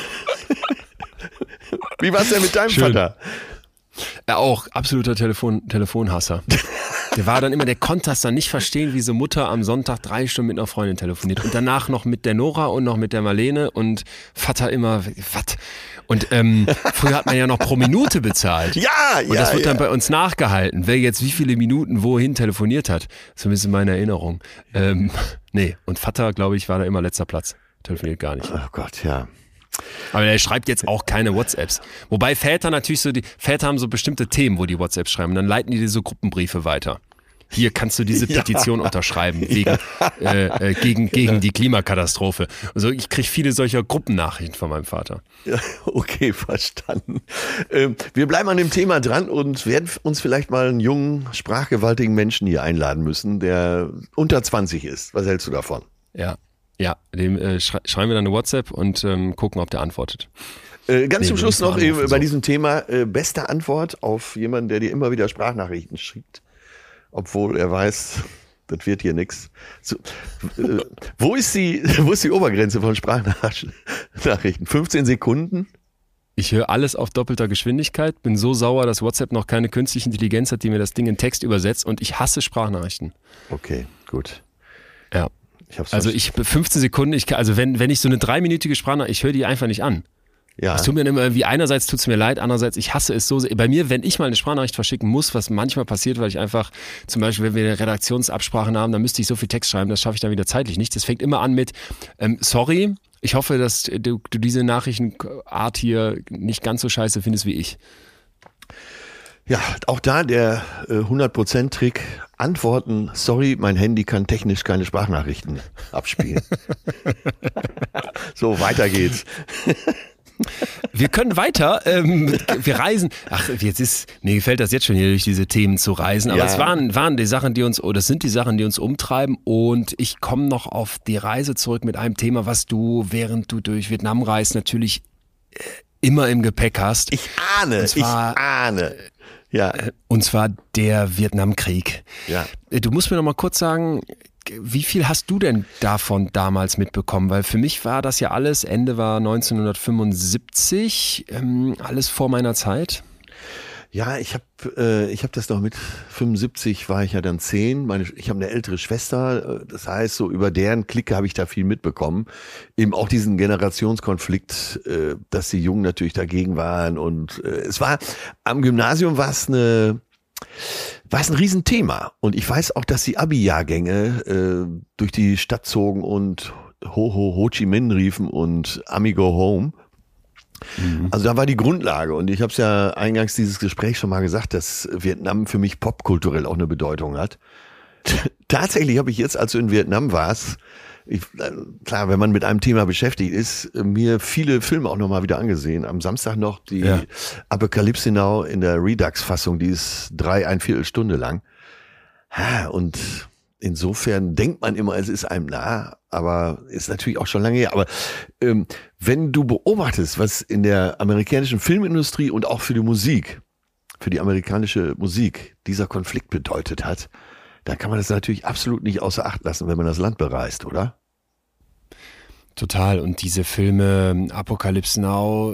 Wie war's denn mit deinem Vater? Er auch absoluter Telefonhasser. Der konnte das dann nicht verstehen, wie so Mutter am Sonntag 3 Stunden mit einer Freundin telefoniert und danach noch mit der Nora und noch mit der Marlene und Vater immer, was? Und früher hat man ja noch pro Minute bezahlt. Und das wird dann bei uns nachgehalten, wer jetzt wie viele Minuten wohin telefoniert hat. Zumindest in meiner Erinnerung. Und Vater, glaube ich, war da immer letzter Platz. Telefoniert gar nicht. Oh Gott, ja. Aber er schreibt jetzt auch keine WhatsApps. Wobei Väter natürlich Väter haben so bestimmte Themen, wo die WhatsApps schreiben. Dann leiten die so Gruppenbriefe weiter. Hier kannst du diese Petition unterschreiben gegen die Klimakatastrophe. Also ich kriege viele solcher Gruppennachrichten von meinem Vater. Ja, okay, verstanden. Wir bleiben an dem Thema dran und werden uns vielleicht mal einen jungen, sprachgewaltigen Menschen hier einladen müssen, der unter 20 ist. Was hältst du davon? Ja, dem schreiben wir dann eine WhatsApp und gucken, ob der antwortet. Ganz zum Schluss noch bei diesem Thema, beste Antwort auf jemanden, der dir immer wieder Sprachnachrichten schickt, obwohl er weiß, das wird hier nichts. So, wo ist die Obergrenze von Sprachnachrichten? 15 Sekunden? Ich höre alles auf doppelter Geschwindigkeit, bin so sauer, dass WhatsApp noch keine künstliche Intelligenz hat, die mir das Ding in Text übersetzt und ich hasse Sprachnachrichten. Okay, gut. Ja. 15 Sekunden, wenn ich so eine 3-minütige Sprachnachricht, ich höre die einfach nicht an. Ja. Es tut mir immer irgendwie, einerseits tut es mir leid, andererseits, ich hasse es so sehr. Bei mir, wenn ich mal eine Sprachnachricht verschicken muss, was manchmal passiert, weil ich einfach, zum Beispiel, wenn wir eine Redaktionsabsprache haben, dann müsste ich so viel Text schreiben, das schaffe ich dann wieder zeitlich nicht. Das fängt immer an mit, sorry, ich hoffe, dass du diese Nachrichtenart hier nicht ganz so scheiße findest wie ich. Ja, auch da der 100%-Trick. Antworten, sorry, mein Handy kann technisch keine Sprachnachrichten abspielen. So, weiter geht's. Wir können weiter, wir reisen. Mir gefällt das jetzt schon hier durch diese Themen zu reisen, aber es waren die Sachen, sind die Sachen, die uns umtreiben und ich komme noch auf die Reise zurück mit einem Thema, was du, während du durch Vietnam reist, natürlich immer im Gepäck hast. Ich ahne. Ja. Und zwar der Vietnamkrieg. Ja. Du musst mir noch mal kurz sagen, wie viel hast du denn davon damals mitbekommen? Weil für mich war das ja alles, Ende war 1975, alles vor meiner Zeit. Ja, ich hab das noch mit 75 war ich ja dann 10. Ich habe eine ältere Schwester, das heißt, so über deren Clique habe ich da viel mitbekommen. Eben auch diesen Generationskonflikt, dass die Jungen natürlich dagegen waren und es war am Gymnasium war es ein Riesenthema. Und ich weiß auch, dass die Abi-Jahrgänge durch die Stadt zogen und Ho Chi Minh riefen und Ami Go Home. Also da war die Grundlage und ich habe es ja eingangs dieses Gespräch schon mal gesagt, dass Vietnam für mich popkulturell auch eine Bedeutung hat. Tatsächlich habe ich jetzt, als du in Vietnam warst, klar, wenn man mit einem Thema beschäftigt ist, mir viele Filme auch nochmal wieder angesehen. Am Samstag noch die Apocalypse Now in der Redux-Fassung, die ist 3¼ Stunde lang. Und insofern denkt man immer, es ist einem nah, aber ist natürlich auch schon lange her. Aber wenn du beobachtest, was in der amerikanischen Filmindustrie und auch für die Musik für die amerikanische Musik dieser Konflikt bedeutet hat, dann kann man das natürlich absolut nicht außer Acht lassen, wenn man das Land bereist, oder? Total. Und diese Filme, Apocalypse Now,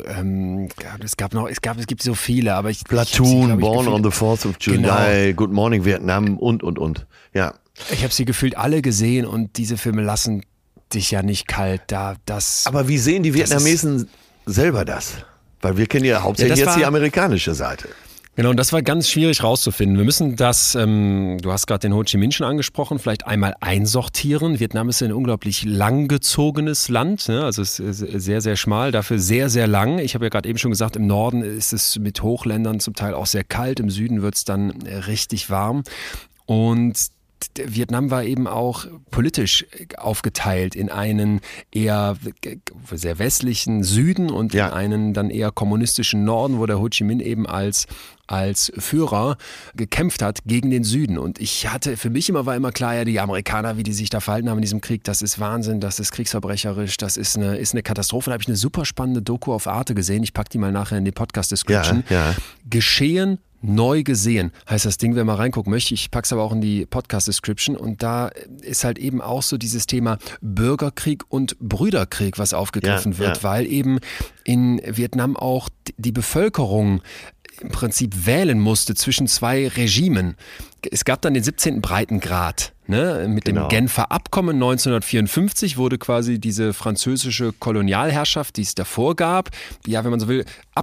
es gibt so viele, aber Platoon, Born on the 4th of July, Good Morning Vietnam und. Ja. Ich habe sie gefühlt alle gesehen und diese Filme lassen dich ja nicht kalt. Aber wie sehen die Vietnamesen selber das? Weil wir kennen ja hauptsächlich jetzt die amerikanische Seite. Genau, und das war ganz schwierig rauszufinden. Wir müssen das, du hast gerade den Ho Chi Minh schon angesprochen, vielleicht einmal einsortieren. Vietnam ist ein unglaublich langgezogenes Land, ne? Also es ist sehr, sehr schmal, dafür sehr, sehr lang. Ich habe ja gerade eben schon gesagt, im Norden ist es mit Hochländern zum Teil auch sehr kalt, im Süden wird es dann richtig warm. Und Vietnam war eben auch politisch aufgeteilt in einen eher sehr westlichen Süden und in einen dann eher kommunistischen Norden, wo der Ho Chi Minh eben als Führer gekämpft hat gegen den Süden. Und für mich war immer klar, ja, die Amerikaner, wie die sich da verhalten haben in diesem Krieg, das ist Wahnsinn, das ist kriegsverbrecherisch, das ist eine Katastrophe. Da habe ich eine super spannende Doku auf Arte gesehen. Ich packe die mal nachher in die Podcast-Description. Ja. Geschehen neu gesehen, heißt das Ding, wer mal reingucken möchte. Ich packe es aber auch in die Podcast-Description und da ist halt eben auch so dieses Thema Bürgerkrieg und Brüderkrieg, was aufgegriffen wird, weil eben in Vietnam auch die Bevölkerung im Prinzip wählen musste zwischen zwei Regimen. Es gab dann den 17. Breitengrad. Ne? Mit dem Genfer Abkommen 1954 wurde quasi diese französische Kolonialherrschaft, die es davor gab, ja, wenn man so will,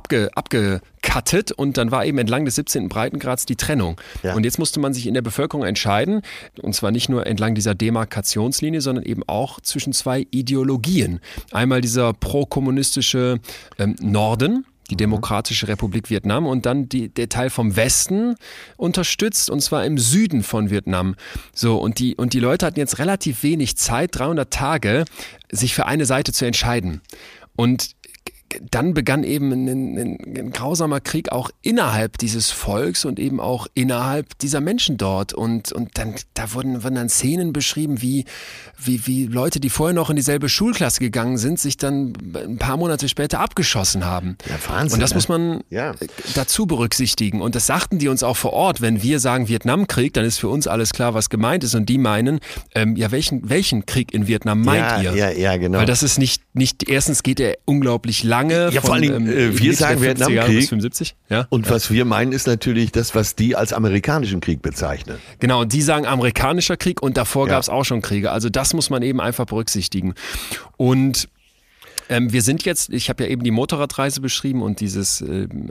abgekattet und dann war eben entlang des 17. Breitengrads die Trennung. Ja. Und jetzt musste man sich in der Bevölkerung entscheiden, und zwar nicht nur entlang dieser Demarkationslinie, sondern eben auch zwischen zwei Ideologien. Einmal dieser prokommunistische Norden, die Demokratische Republik Vietnam und dann der Teil vom Westen unterstützt und zwar im Süden von Vietnam. So, und die Leute hatten jetzt relativ wenig Zeit, 300 Tage, sich für eine Seite zu entscheiden. Und dann begann eben ein grausamer Krieg auch innerhalb dieses Volks und eben auch innerhalb dieser Menschen dort. Und dann da wurden dann Szenen beschrieben, wie Leute, die vorher noch in dieselbe Schulklasse gegangen sind, sich dann ein paar Monate später abgeschossen haben. Ja, Wahnsinn. Und das muss man dazu berücksichtigen. Und das sagten die uns auch vor Ort. Wenn wir sagen Vietnamkrieg, dann ist für uns alles klar, was gemeint ist. Und die meinen, welchen Krieg in Vietnam meint ihr? Ja, genau. Weil das ist nicht erstens geht er unglaublich lange. Ja, vor allen Dingen, wir sagen Vietnamkrieg. 75. Ja? Und was wir meinen, ist natürlich das, was die als amerikanischen Krieg bezeichnen. Genau, und die sagen amerikanischer Krieg und davor gab es auch schon Kriege. Also das muss man eben einfach berücksichtigen. Und wir sind jetzt, ich habe ja eben die Motorradreise beschrieben und dieses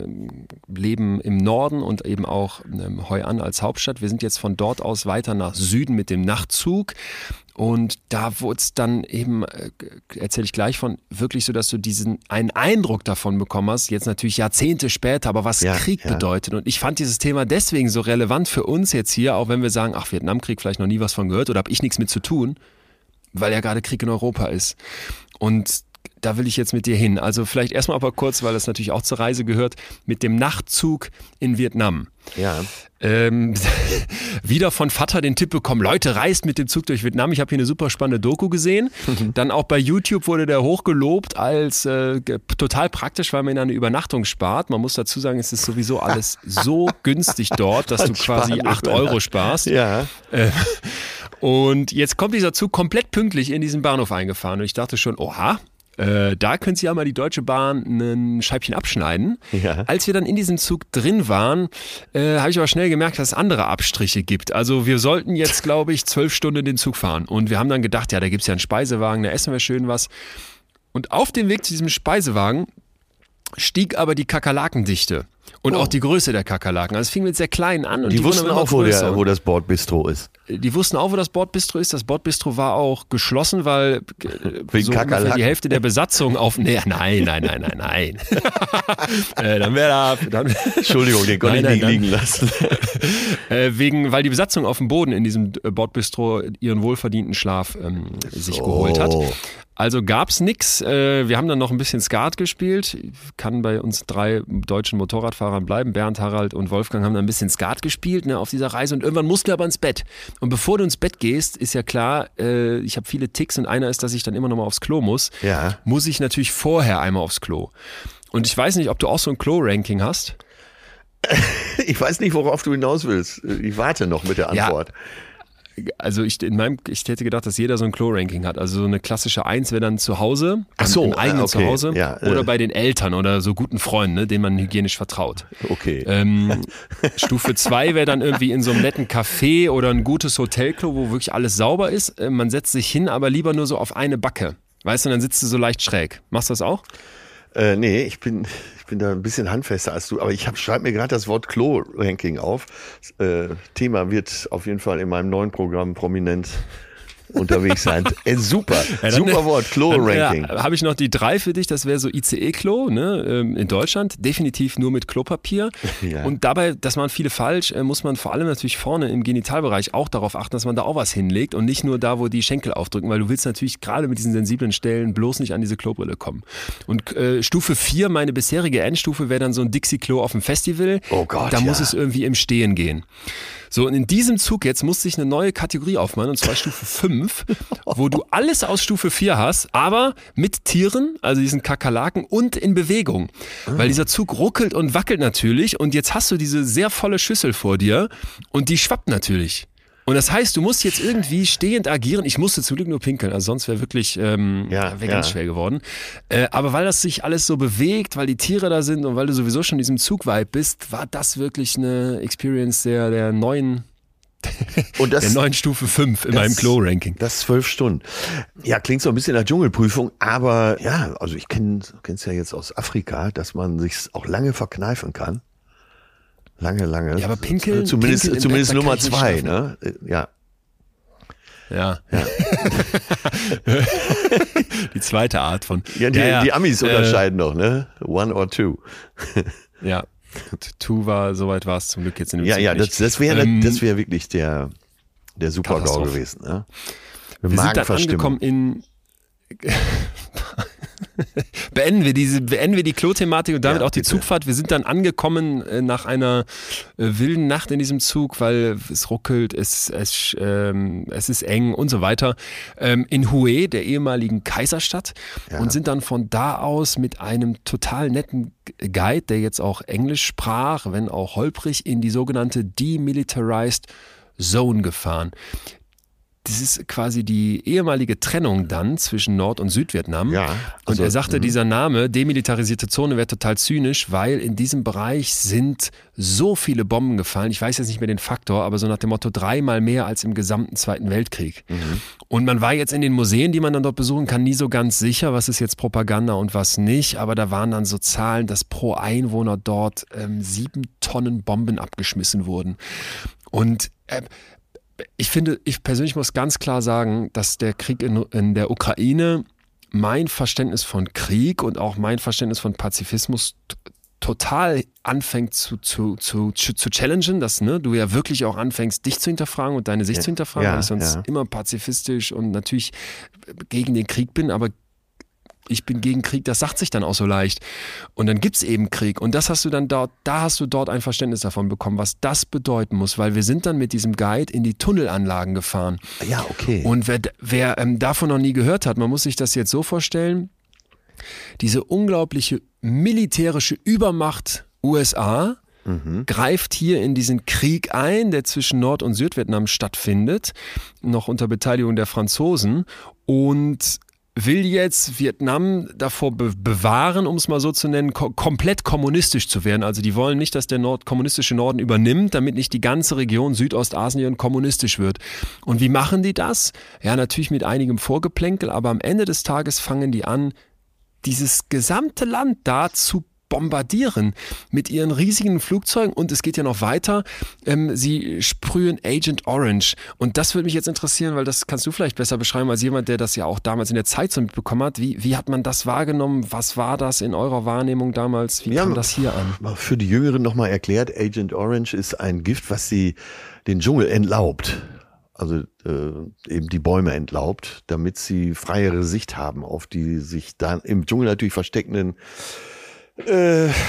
Leben im Norden und eben auch Hoi An als Hauptstadt. Wir sind jetzt von dort aus weiter nach Süden mit dem Nachtzug. Und da wurde es dann eben, erzähle ich gleich von, wirklich so, dass du einen Eindruck davon bekommen hast, jetzt natürlich Jahrzehnte später, aber was Krieg bedeutet. Und ich fand dieses Thema deswegen so relevant für uns jetzt hier, auch wenn wir sagen, ach, Vietnamkrieg, vielleicht noch nie was von gehört oder habe ich nichts mit zu tun, weil ja gerade Krieg in Europa ist. Und da will ich jetzt mit dir hin. Also vielleicht erstmal aber kurz, weil das natürlich auch zur Reise gehört, mit dem Nachtzug in Vietnam. Ja. Wieder von Vater den Tipp bekommen, Leute, reist mit dem Zug durch Vietnam. Ich habe hier eine super spannende Doku gesehen. Dann auch bei YouTube wurde der hochgelobt als total praktisch, weil man eine Übernachtung spart. Man muss dazu sagen, es ist sowieso alles so günstig dort, dass du quasi 8 € sparst. Ja. Und jetzt kommt dieser Zug komplett pünktlich in diesen Bahnhof eingefahren und ich dachte schon, oha, da könnte sie ja mal die Deutsche Bahn ein Scheibchen abschneiden. Ja. Als wir dann in diesem Zug drin waren, habe ich aber schnell gemerkt, dass es andere Abstriche gibt. Also wir sollten jetzt, glaube ich, 12 Stunden den Zug fahren. Und wir haben dann gedacht, ja, da gibt es ja einen Speisewagen, da essen wir schön was. Und auf dem Weg zu diesem Speisewagen stieg aber die Kakerlakendichte und auch die Größe der Kakerlaken. Also es fing mit sehr kleinen an. Und die wussten auch, wo das Bordbistro ist. Die wussten auch, wo das Bordbistro ist. Das Bordbistro war auch geschlossen, weil wegen so ungefähr die Hälfte der Besatzung auf... Nee, nein. Dann wäre da... Entschuldigung, den konnte ich nicht liegen lassen. Weil die Besatzung auf dem Boden in diesem Bordbistro ihren wohlverdienten Schlaf sich geholt hat. Also gab's nix. Wir haben dann noch ein bisschen Skat gespielt. Kann bei uns 3 deutschen Motorradfahrern bleiben. Bernd, Harald und Wolfgang haben dann ein bisschen Skat gespielt, ne, auf dieser Reise. Und irgendwann mussten wir aber ins Bett. Und bevor du ins Bett gehst, ist ja klar, ich habe viele Ticks und einer ist, dass ich dann immer noch mal aufs Klo muss. Ja. Muss ich natürlich vorher einmal aufs Klo. Und ich weiß nicht, ob du auch so ein Klo-Ranking hast. Ich weiß nicht, worauf du hinaus willst. Ich warte noch mit der Antwort. Ja. Also ich hätte gedacht, dass jeder so ein Klo-Ranking hat. Also so eine klassische 1 wäre dann zu Hause, im eigenen Zuhause oder bei den Eltern oder so guten Freunden, ne, denen man hygienisch vertraut. Okay. Stufe 2 wäre dann irgendwie in so einem netten Café oder ein gutes Hotelklo, wo wirklich alles sauber ist. Man setzt sich hin, aber lieber nur so auf eine Backe. Weißt du, und dann sitzt du so leicht schräg. Machst du das auch? Nee, ich bin da ein bisschen handfester als du, aber schreibe mir gerade das Wort Klo-Ranking auf. Thema wird auf jeden Fall in meinem neuen Programm prominent unterwegs sein. Super, super Wort, Klo-Ranking. Habe ich noch die 3 für dich, das wäre so ICE-Klo, ne, in Deutschland, definitiv nur mit Klopapier. Ja. Und dabei, das machen viele falsch, muss man vor allem natürlich vorne im Genitalbereich auch darauf achten, dass man da auch was hinlegt und nicht nur da, wo die Schenkel aufdrücken, weil du willst natürlich gerade mit diesen sensiblen Stellen bloß nicht an diese Klobrille kommen. Und Stufe 4, meine bisherige Endstufe, wäre dann so ein Dixie-Klo auf dem Festival. Oh Gott, da muss es irgendwie im Stehen gehen. So, und in diesem Zug jetzt musste ich eine neue Kategorie aufmachen, und zwar Stufe 5, wo du alles aus Stufe 4 hast, aber mit Tieren, also diesen Kakerlaken, und in Bewegung. Weil dieser Zug ruckelt und wackelt natürlich, und jetzt hast du diese sehr volle Schüssel vor dir und die schwappt natürlich. Und das heißt, du musst jetzt irgendwie stehend agieren. Ich musste zum Glück nur pinkeln, also sonst wäre wirklich ganz schwer geworden. Aber weil das sich alles so bewegt, weil die Tiere da sind und weil du sowieso schon in diesem Zug-Vibe bist, war das wirklich eine Experience der neuen Stufe 5 in meinem Klo-Ranking. Das 12 Stunden. Ja, klingt so ein bisschen nach Dschungelprüfung, aber ja, also ich kenn's ja jetzt aus Afrika, dass man sich auch lange verkneifen kann. Lange. Ja, aber Pinkeln. Zumindest Nummer 2, ne? Ja. Die zweite Art von. Die Amis unterscheiden noch, ne? 1 or 2. Ja. 2 soweit war es zum Glück jetzt in dem Zug nicht. Das wäre wirklich der Super-GAU gewesen, ne? Wir sind dann angekommen in. Beenden wir die Klo-Thematik und damit auch die Zugfahrt. Wir sind dann angekommen nach einer wilden Nacht in diesem Zug, weil es ruckelt, es ist eng und so weiter, in Hue, der ehemaligen Kaiserstadt, und sind dann von da aus mit einem total netten Guide, der jetzt auch Englisch sprach, wenn auch holprig, in die sogenannte Demilitarized Zone gefahren. Das ist quasi die ehemalige Trennung dann zwischen Nord- und Südvietnam. Ja, und er sagte, dieser Name, demilitarisierte Zone, wäre total zynisch, weil in diesem Bereich sind so viele Bomben gefallen. Ich weiß jetzt nicht mehr den Faktor, aber so nach dem Motto 3-mal mehr als im gesamten Zweiten Weltkrieg. Und man war jetzt in den Museen, die man dann dort besuchen kann, nie so ganz sicher, was ist jetzt Propaganda und was nicht. Aber da waren dann so Zahlen, dass pro Einwohner dort 7 Tonnen Bomben abgeschmissen wurden. Und ich persönlich muss ganz klar sagen, dass der Krieg in der Ukraine mein Verständnis von Krieg und auch mein Verständnis von Pazifismus total anfängt zu challengen, dass du ja wirklich auch anfängst, dich zu hinterfragen und deine Sicht zu hinterfragen, weil ich sonst immer pazifistisch und natürlich gegen den Krieg bin, aber ich bin gegen Krieg, das sagt sich dann auch so leicht. Und dann gibt's eben Krieg. Und das hast du dann da hast du dort ein Verständnis davon bekommen, was das bedeuten muss. Weil wir sind dann mit diesem Guide in die Tunnelanlagen gefahren. Ja, okay. Und wer davon noch nie gehört hat, man muss sich das jetzt so vorstellen, diese unglaubliche militärische Übermacht USA greift hier in diesen Krieg ein, der zwischen Nord- und Südvietnam stattfindet, noch unter Beteiligung der Franzosen, und will jetzt Vietnam davor bewahren, um es mal so zu nennen, komplett kommunistisch zu werden. Also die wollen nicht, dass der kommunistische Norden übernimmt, damit nicht die ganze Region Südostasien kommunistisch wird. Und wie machen die das? Ja, natürlich mit einigem Vorgeplänkel, aber am Ende des Tages fangen die an, dieses gesamte Land da zu bombardieren mit ihren riesigen Flugzeugen, und es geht ja noch weiter. Sie sprühen Agent Orange, und das würde mich jetzt interessieren, weil das kannst du vielleicht besser beschreiben als jemand, der das ja auch damals in der Zeit so mitbekommen hat. Wie hat man das wahrgenommen? Was war das in eurer Wahrnehmung damals? Wie kam das hier an? Für die Jüngeren nochmal erklärt, Agent Orange ist ein Gift, was den Dschungel entlaubt. Also eben die Bäume entlaubt, damit sie freiere Sicht haben auf die sich dann im Dschungel natürlich versteckenden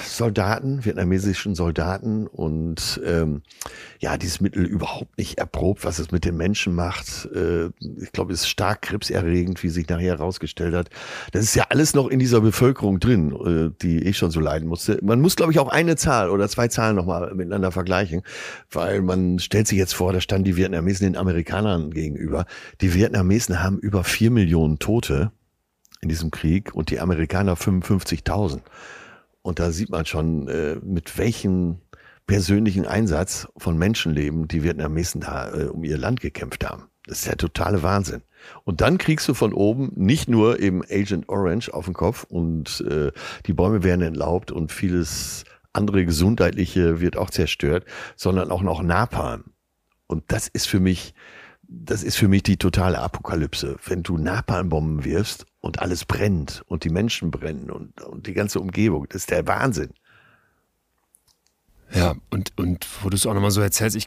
Soldaten, vietnamesischen Soldaten und dieses Mittel überhaupt nicht erprobt, was es mit den Menschen macht. Ich glaube, es ist stark krebserregend, wie sich nachher herausgestellt hat. Das ist ja alles noch in dieser Bevölkerung drin, die schon so leiden musste. Man muss, glaube ich, auch eine Zahl oder zwei Zahlen nochmal miteinander vergleichen, weil man stellt sich jetzt vor, da standen die Vietnamesen den Amerikanern gegenüber. Die Vietnamesen haben über 4 Millionen Tote in diesem Krieg und die Amerikaner 55.000. Und da sieht man schon, mit welchem persönlichen Einsatz von Menschenleben die Vietnamesen da um ihr Land gekämpft haben. Das ist der totale Wahnsinn. Und dann kriegst du von oben nicht nur eben Agent Orange auf den Kopf und die Bäume werden entlaubt und vieles andere Gesundheitliche wird auch zerstört, sondern auch noch Napalm. Und das ist für mich die totale Apokalypse. Wenn du Napalmbomben wirfst und alles brennt und die Menschen brennen und die ganze Umgebung, das ist der Wahnsinn. Ja, und wo du es auch nochmal so erzählst,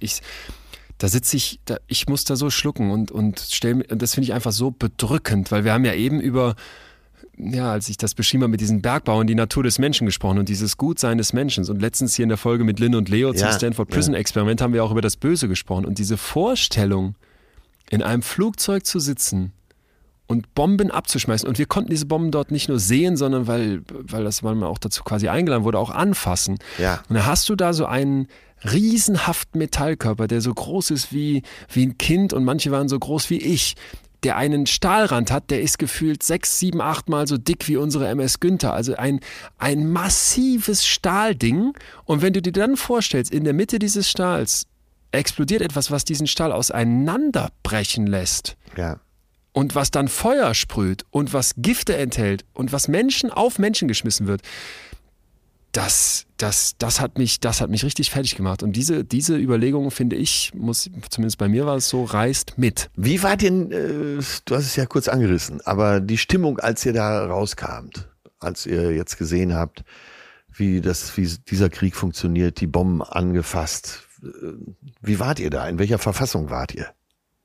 ich muss da so schlucken und das finde ich einfach so bedrückend, weil wir haben ja eben über, als ich das beschrieben habe mit diesen Bergbauern, die Natur des Menschen gesprochen und dieses Gutsein des Menschen. Und letztens hier in der Folge mit Lynn und Leo zum Stanford Prison Experiment haben wir auch über das Böse gesprochen. Und diese Vorstellung, in einem Flugzeug zu sitzen und Bomben abzuschmeißen. Und wir konnten diese Bomben dort nicht nur sehen, sondern weil man auch dazu quasi eingeladen wurde, auch anfassen. Ja. Und da hast du da so einen riesenhaften Metallkörper, der so groß ist wie ein Kind und manche waren so groß wie ich, der einen Stahlrand hat, der ist gefühlt 6, 7, 8 Mal so dick wie unsere MS Günther. Also ein massives Stahlding. Und wenn du dir dann vorstellst, in der Mitte dieses Stahls explodiert etwas, was diesen Stahl auseinanderbrechen lässt. Ja. Und was dann Feuer sprüht und was Gifte enthält und was auf Menschen geschmissen wird. Das hat mich richtig fertig gemacht. Und diese Überlegung, finde ich, zumindest bei mir war es so, reißt mit. Wie war denn, du hast es ja kurz angerissen, aber die Stimmung, als ihr da rauskamt, als ihr jetzt gesehen habt, wie dieser Krieg funktioniert, die Bomben angefasst, wie wart ihr da? In welcher Verfassung wart ihr?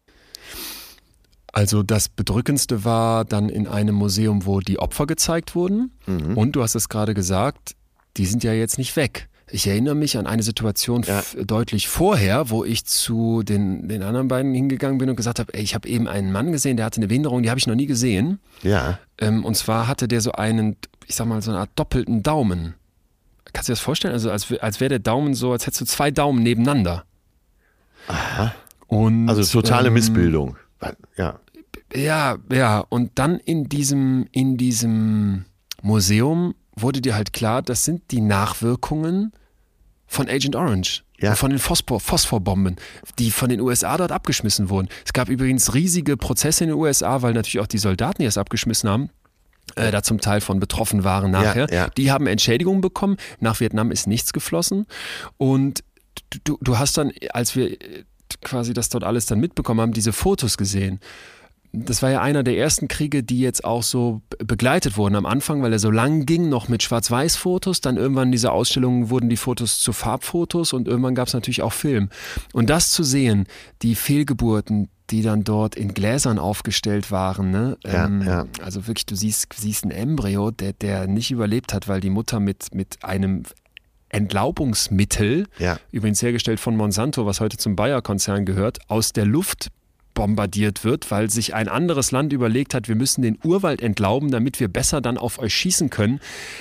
Also das Bedrückendste war dann in einem Museum, wo die Opfer gezeigt wurden. Mhm. Und du hast es gerade gesagt, die sind ja jetzt nicht weg. Ich erinnere mich an eine Situation deutlich vorher, wo ich zu den anderen beiden hingegangen bin und gesagt habe, ich habe eben einen Mann gesehen, der hatte eine Behinderung, die habe ich noch nie gesehen. Ja. Und zwar hatte der so einen, ich sag mal, so eine Art doppelten Daumen. Kannst du dir das vorstellen? Also als wäre der Daumen so, als hättest du 2 Daumen nebeneinander. Aha. Und, also totale Missbildung. Ja. Ja. Und dann in diesem Museum wurde dir halt klar, das sind die Nachwirkungen von Agent Orange. Ja. Von den Phosphorbomben, die von den USA dort abgeschmissen wurden. Es gab übrigens riesige Prozesse in den USA, weil natürlich auch die Soldaten, die es abgeschmissen haben, da zum Teil von betroffen waren nachher. Ja. Die haben Entschädigungen bekommen. Nach Vietnam ist nichts geflossen. Und du hast dann, als wir quasi das dort alles dann mitbekommen haben, diese Fotos gesehen. Das war ja einer der ersten Kriege, die jetzt auch so begleitet wurden am Anfang, weil er so lang ging, noch mit Schwarz-Weiß-Fotos. Dann irgendwann in dieser Ausstellung wurden die Fotos zu Farbfotos und irgendwann gab es natürlich auch Film. Und das zu sehen, die Fehlgeburten, die dann dort in Gläsern aufgestellt waren, ne? Also wirklich, du siehst ein Embryo, der nicht überlebt hat, weil die Mutter mit einem Entlaubungsmittel, übrigens hergestellt von Monsanto, was heute zum Bayer-Konzern gehört, aus der Luft bombardiert wird, weil sich ein anderes Land überlegt hat, wir müssen den Urwald entlauben, damit wir besser dann auf euch schießen können.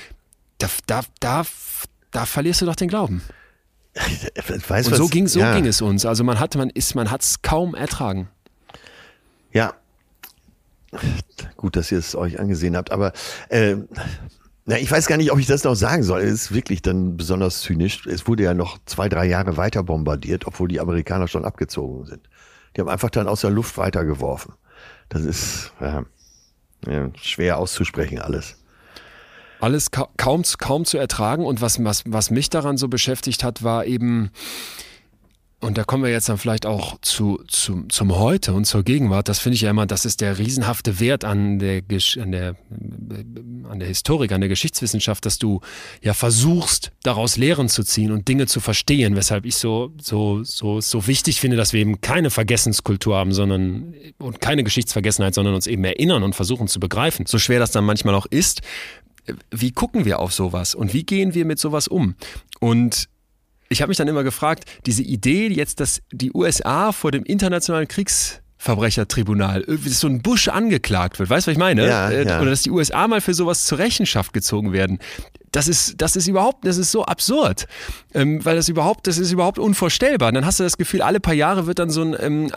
Da verlierst du doch den Glauben. Und so ging es uns. Also man hat es kaum ertragen. Ja. Gut, dass ihr es euch angesehen habt, aber ich weiß gar nicht, ob ich das noch sagen soll. Es ist wirklich dann besonders zynisch. Es wurde ja noch 2, 3 Jahre weiter bombardiert, obwohl die Amerikaner schon abgezogen sind. Die haben einfach dann aus der Luft weitergeworfen. Das ist schwer auszusprechen alles. Alles kaum zu ertragen. Und was mich daran so beschäftigt hat, war eben, und da kommen wir jetzt dann vielleicht auch zum Heute und zur Gegenwart. Das finde ich ja immer, das ist der riesenhafte Wert an der Historik, an der Geschichtswissenschaft, dass du ja versuchst, daraus Lehren zu ziehen und Dinge zu verstehen, weshalb ich so wichtig finde, dass wir eben keine Vergessenskultur haben, und keine Geschichtsvergessenheit, sondern uns eben erinnern und versuchen zu begreifen. So schwer das dann manchmal auch ist. wie gucken wir auf sowas und wie gehen wir mit sowas um? Und ich habe mich dann immer gefragt, diese Idee jetzt, dass die USA vor dem internationalen Kriegsverbrechertribunal so ein Bush angeklagt wird, weißt du, was ich meine? Ja. Oder dass die USA mal für sowas zur Rechenschaft gezogen werden. Das ist so absurd, weil das ist überhaupt unvorstellbar. Und dann hast du das Gefühl, alle paar Jahre wird dann so ein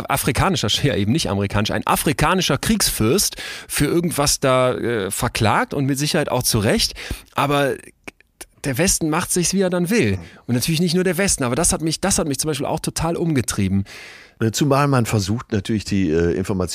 afrikanischer Kriegsfürst für irgendwas da verklagt und mit Sicherheit auch zu Recht. Aber der Westen macht sich's, wie er dann will. Und natürlich nicht nur der Westen, aber das hat mich zum Beispiel auch total umgetrieben. Zumal man versucht natürlich den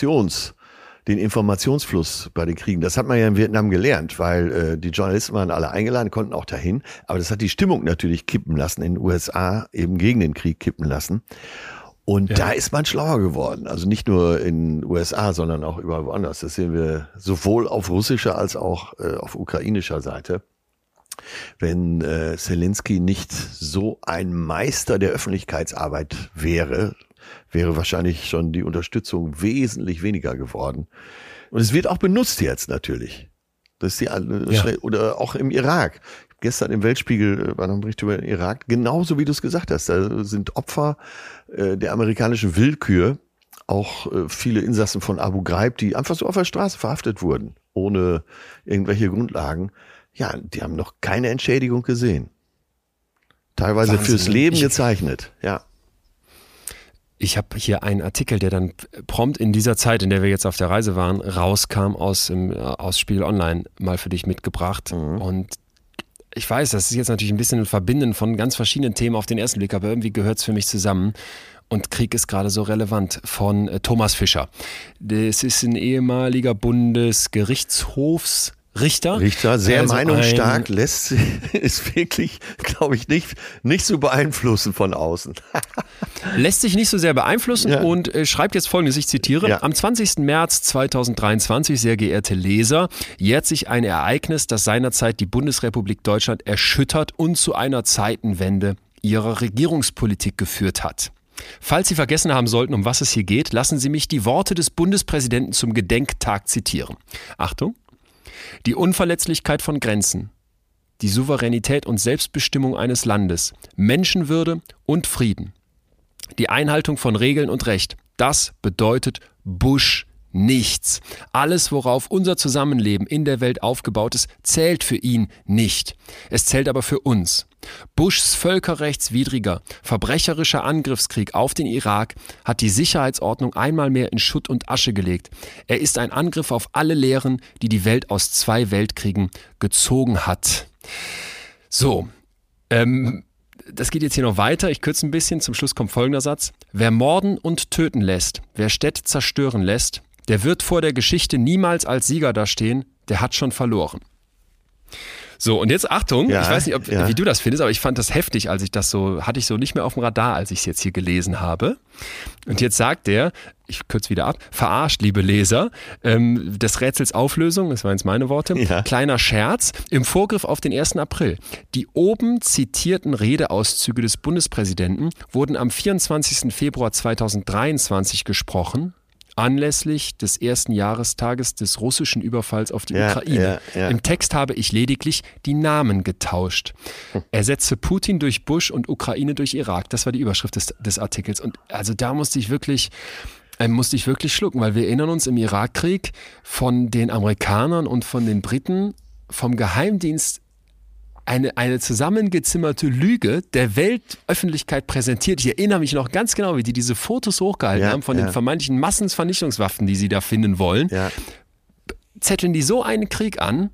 Informationsfluss bei den Kriegen, das hat man ja in Vietnam gelernt, weil die Journalisten waren alle eingeladen, konnten auch dahin, aber das hat die Stimmung natürlich kippen lassen, in den USA eben gegen den Krieg kippen lassen. Und da ist man schlauer geworden, also nicht nur in den USA, sondern auch überall woanders. Das sehen wir sowohl auf russischer als auch auf ukrainischer Seite. Wenn Zelensky nicht so ein Meister der Öffentlichkeitsarbeit wäre wahrscheinlich schon die Unterstützung wesentlich weniger geworden. Und es wird auch benutzt jetzt natürlich. Das ist oder auch im Irak. Gestern im Weltspiegel war noch ein Bericht über den Irak. Genauso wie du es gesagt hast. Da sind Opfer der amerikanischen Willkür auch viele Insassen von Abu Ghraib, die einfach so auf der Straße verhaftet wurden, ohne irgendwelche Grundlagen. Ja, die haben noch keine Entschädigung gesehen. Teilweise Wahnsinn. Fürs Leben gezeichnet, ja. Ich habe hier einen Artikel, der dann prompt in dieser Zeit, in der wir jetzt auf der Reise waren, rauskam aus Spiegel Online, mal für dich mitgebracht. Und ich weiß, das ist jetzt natürlich ein bisschen ein Verbinden von ganz verschiedenen Themen auf den ersten Blick, aber irgendwie gehört es für mich zusammen. Und Krieg ist gerade so relevant, von Thomas Fischer. Das ist ein ehemaliger Bundesgerichtshofsrichter. Richter, sehr also meinungsstark, ist wirklich, glaube ich, nicht so beeinflussen von außen. Lässt sich nicht so sehr beeinflussen und schreibt jetzt Folgendes, ich zitiere. Ja. Am 20. März 2023, sehr geehrte Leser, jährt sich ein Ereignis, das seinerzeit die Bundesrepublik Deutschland erschüttert und zu einer Zeitenwende ihrer Regierungspolitik geführt hat. Falls Sie vergessen haben sollten, um was es hier geht, lassen Sie mich die Worte des Bundespräsidenten zum Gedenktag zitieren. Achtung. Die Unverletzlichkeit von Grenzen, die Souveränität und Selbstbestimmung eines Landes, Menschenwürde und Frieden, die Einhaltung von Regeln und Recht, das bedeutet Bush nichts. Alles, worauf unser Zusammenleben in der Welt aufgebaut ist, zählt für ihn nicht. Es zählt aber für uns. Bushs völkerrechtswidriger, verbrecherischer Angriffskrieg auf den Irak hat die Sicherheitsordnung einmal mehr in Schutt und Asche gelegt. Er ist ein Angriff auf alle Lehren, die die Welt aus 2 Weltkriegen gezogen hat. So, das geht jetzt hier noch weiter. Ich kürze ein bisschen. Zum Schluss kommt folgender Satz. Wer morden und töten lässt, wer Städte zerstören lässt, der wird vor der Geschichte niemals als Sieger dastehen, der hat schon verloren. So, und jetzt Achtung, ich weiß nicht, wie du das findest, aber ich fand das heftig, hatte ich so nicht mehr auf dem Radar, als ich es jetzt hier gelesen habe. Und jetzt sagt er, ich kürze wieder ab, verarscht, liebe Leser, des Rätsels Auflösung, das waren jetzt meine Worte, kleiner Scherz, im Vorgriff auf den 1. April. Die oben zitierten Redeauszüge des Bundespräsidenten wurden am 24. Februar 2023 gesprochen, anlässlich des 1. Jahrestages des russischen Überfalls auf die Ukraine. Im Text habe ich lediglich die Namen getauscht. Ersetze Putin durch Bush und Ukraine durch Irak. Das war die Überschrift des Artikels. Und also da musste ich wirklich schlucken, weil wir erinnern uns im Irakkrieg von den Amerikanern und von den Briten vom Geheimdienst eine zusammengezimmerte Lüge der Weltöffentlichkeit präsentiert. Ich erinnere mich noch ganz genau, wie die diese Fotos hochgehalten haben von den vermeintlichen Massenvernichtungswaffen, die sie da finden wollen. Ja. Zetteln die so einen Krieg an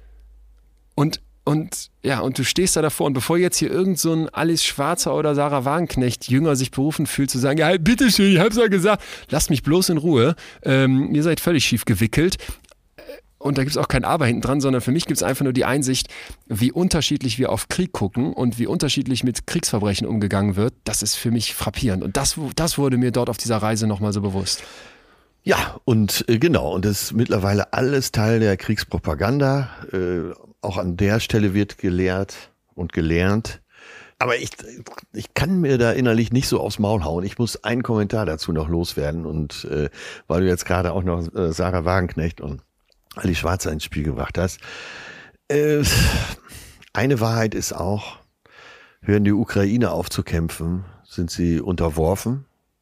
und du stehst da davor und bevor jetzt hier irgend so ein Alice Schwarzer oder Sarah Wagenknecht Jünger sich berufen fühlt zu sagen, ja bitteschön, ich hab's ja gesagt, lasst mich bloß in Ruhe, ihr seid völlig schief gewickelt. Und da gibt es auch kein Aber hinten dran, sondern für mich gibt es einfach nur die Einsicht, wie unterschiedlich wir auf Krieg gucken und wie unterschiedlich mit Kriegsverbrechen umgegangen wird. Das ist für mich frappierend. Und das wurde mir dort auf dieser Reise nochmal so bewusst. Ja, und genau. Und das ist mittlerweile alles Teil der Kriegspropaganda. Auch an der Stelle wird gelehrt und gelernt. Aber ich kann mir da innerlich nicht so aufs Maul hauen. Ich muss einen Kommentar dazu noch loswerden. Und weil du jetzt gerade auch noch Sarah Wagenknecht und Ali Schwarzer ins Spiel gebracht hast. Eine Wahrheit ist auch, hören die Ukraine auf zu kämpfen, sind sie unterworfen,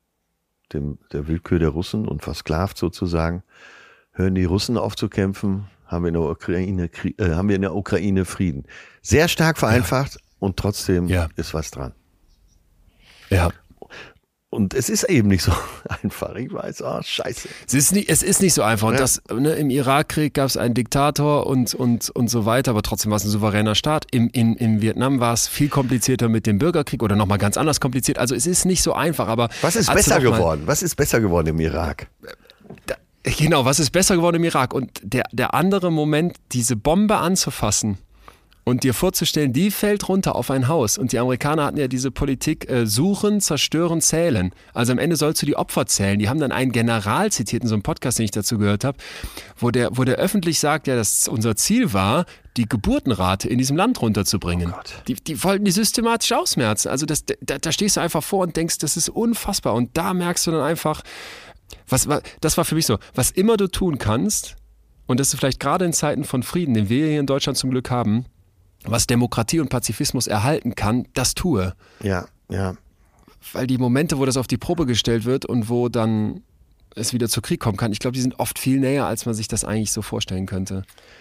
der Willkür der Russen und versklavt sozusagen. Hören die Russen auf zu kämpfen, haben wir in der Ukraine Frieden. Sehr stark vereinfacht und trotzdem ist was dran. Ja. Und es ist eben nicht so einfach. Ich weiß, scheiße. Es ist nicht so einfach. Und im Irakkrieg gab es einen Diktator und so weiter, aber trotzdem war es ein souveräner Staat. In Vietnam war es viel komplizierter mit dem Bürgerkrieg oder nochmal ganz anders kompliziert. Also es ist nicht so einfach. Aber was ist besser geworden? Was ist besser geworden im Irak? Genau, was ist besser geworden im Irak? Und der andere Moment, diese Bombe anzufassen und dir vorzustellen, die fällt runter auf ein Haus. Und die Amerikaner hatten ja diese Politik, suchen, zerstören, zählen. Also am Ende sollst du die Opfer zählen. Die haben dann einen General zitiert in so einem Podcast, den ich dazu gehört habe, wo der öffentlich sagt, ja, dass unser Ziel war, die Geburtenrate in diesem Land runterzubringen. Oh Gott. Die wollten die systematisch ausmerzen. Also da stehst du einfach vor und denkst, das ist unfassbar. Und da merkst du dann einfach, das war für mich so, was immer du tun kannst, und das ist vielleicht gerade in Zeiten von Frieden, den wir hier in Deutschland zum Glück haben, was Demokratie und Pazifismus erhalten kann, das tue. Ja. Weil die Momente, wo das auf die Probe gestellt wird und wo dann es wieder zu Krieg kommen kann, ich glaube, die sind oft viel näher, als man sich das eigentlich so vorstellen könnte.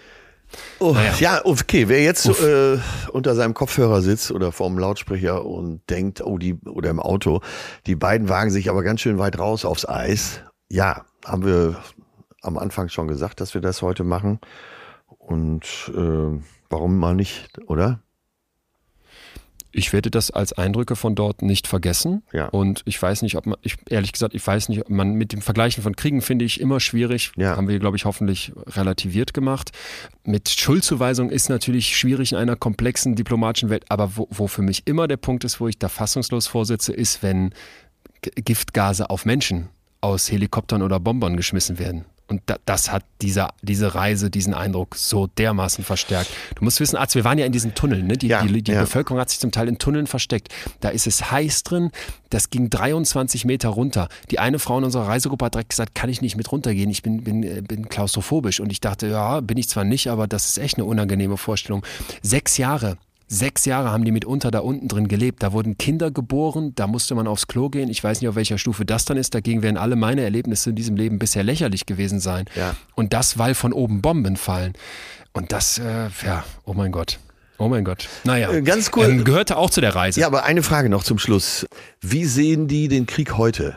Ja, okay. Wer jetzt unter seinem Kopfhörer sitzt oder vorm Lautsprecher und denkt, oder im Auto, die beiden wagen sich aber ganz schön weit raus aufs Eis. Ja, haben wir am Anfang schon gesagt, dass wir das heute machen. Und warum mal nicht, oder? Ich werde das als Eindrücke von dort nicht vergessen. Ja. Und ich weiß nicht, ob man mit dem Vergleichen von Kriegen finde ich immer schwierig. Ja. Haben wir, glaube ich, hoffentlich relativiert gemacht. Mit Schuldzuweisung ist natürlich schwierig in einer komplexen diplomatischen Welt. Aber wo für mich immer der Punkt ist, wo ich da fassungslos vorsitze, ist, wenn Giftgase auf Menschen aus Helikoptern oder Bombern geschmissen werden. Und das hat diese Reise, diesen Eindruck so dermaßen verstärkt. Du musst wissen, Arzt, wir waren ja in diesen Tunneln. Ne? Die Bevölkerung hat sich zum Teil in Tunneln versteckt. Da ist es heiß drin. Das ging 23 Meter runter. Die eine Frau in unserer Reisegruppe hat direkt gesagt, kann ich nicht mit runtergehen. Ich bin klaustrophobisch. Und ich dachte, ja, bin ich zwar nicht, aber das ist echt eine unangenehme Vorstellung. 6 Jahre haben die mitunter da unten drin gelebt. Da wurden Kinder geboren, da musste man aufs Klo gehen. Ich weiß nicht, auf welcher Stufe das dann ist. Dagegen werden alle meine Erlebnisse in diesem Leben bisher lächerlich gewesen sein. Ja. Und das, weil von oben Bomben fallen. Und das, oh mein Gott. Naja, ganz cool. Gehörte auch zu der Reise. Ja, aber eine Frage noch zum Schluss. Wie sehen die den Krieg heute?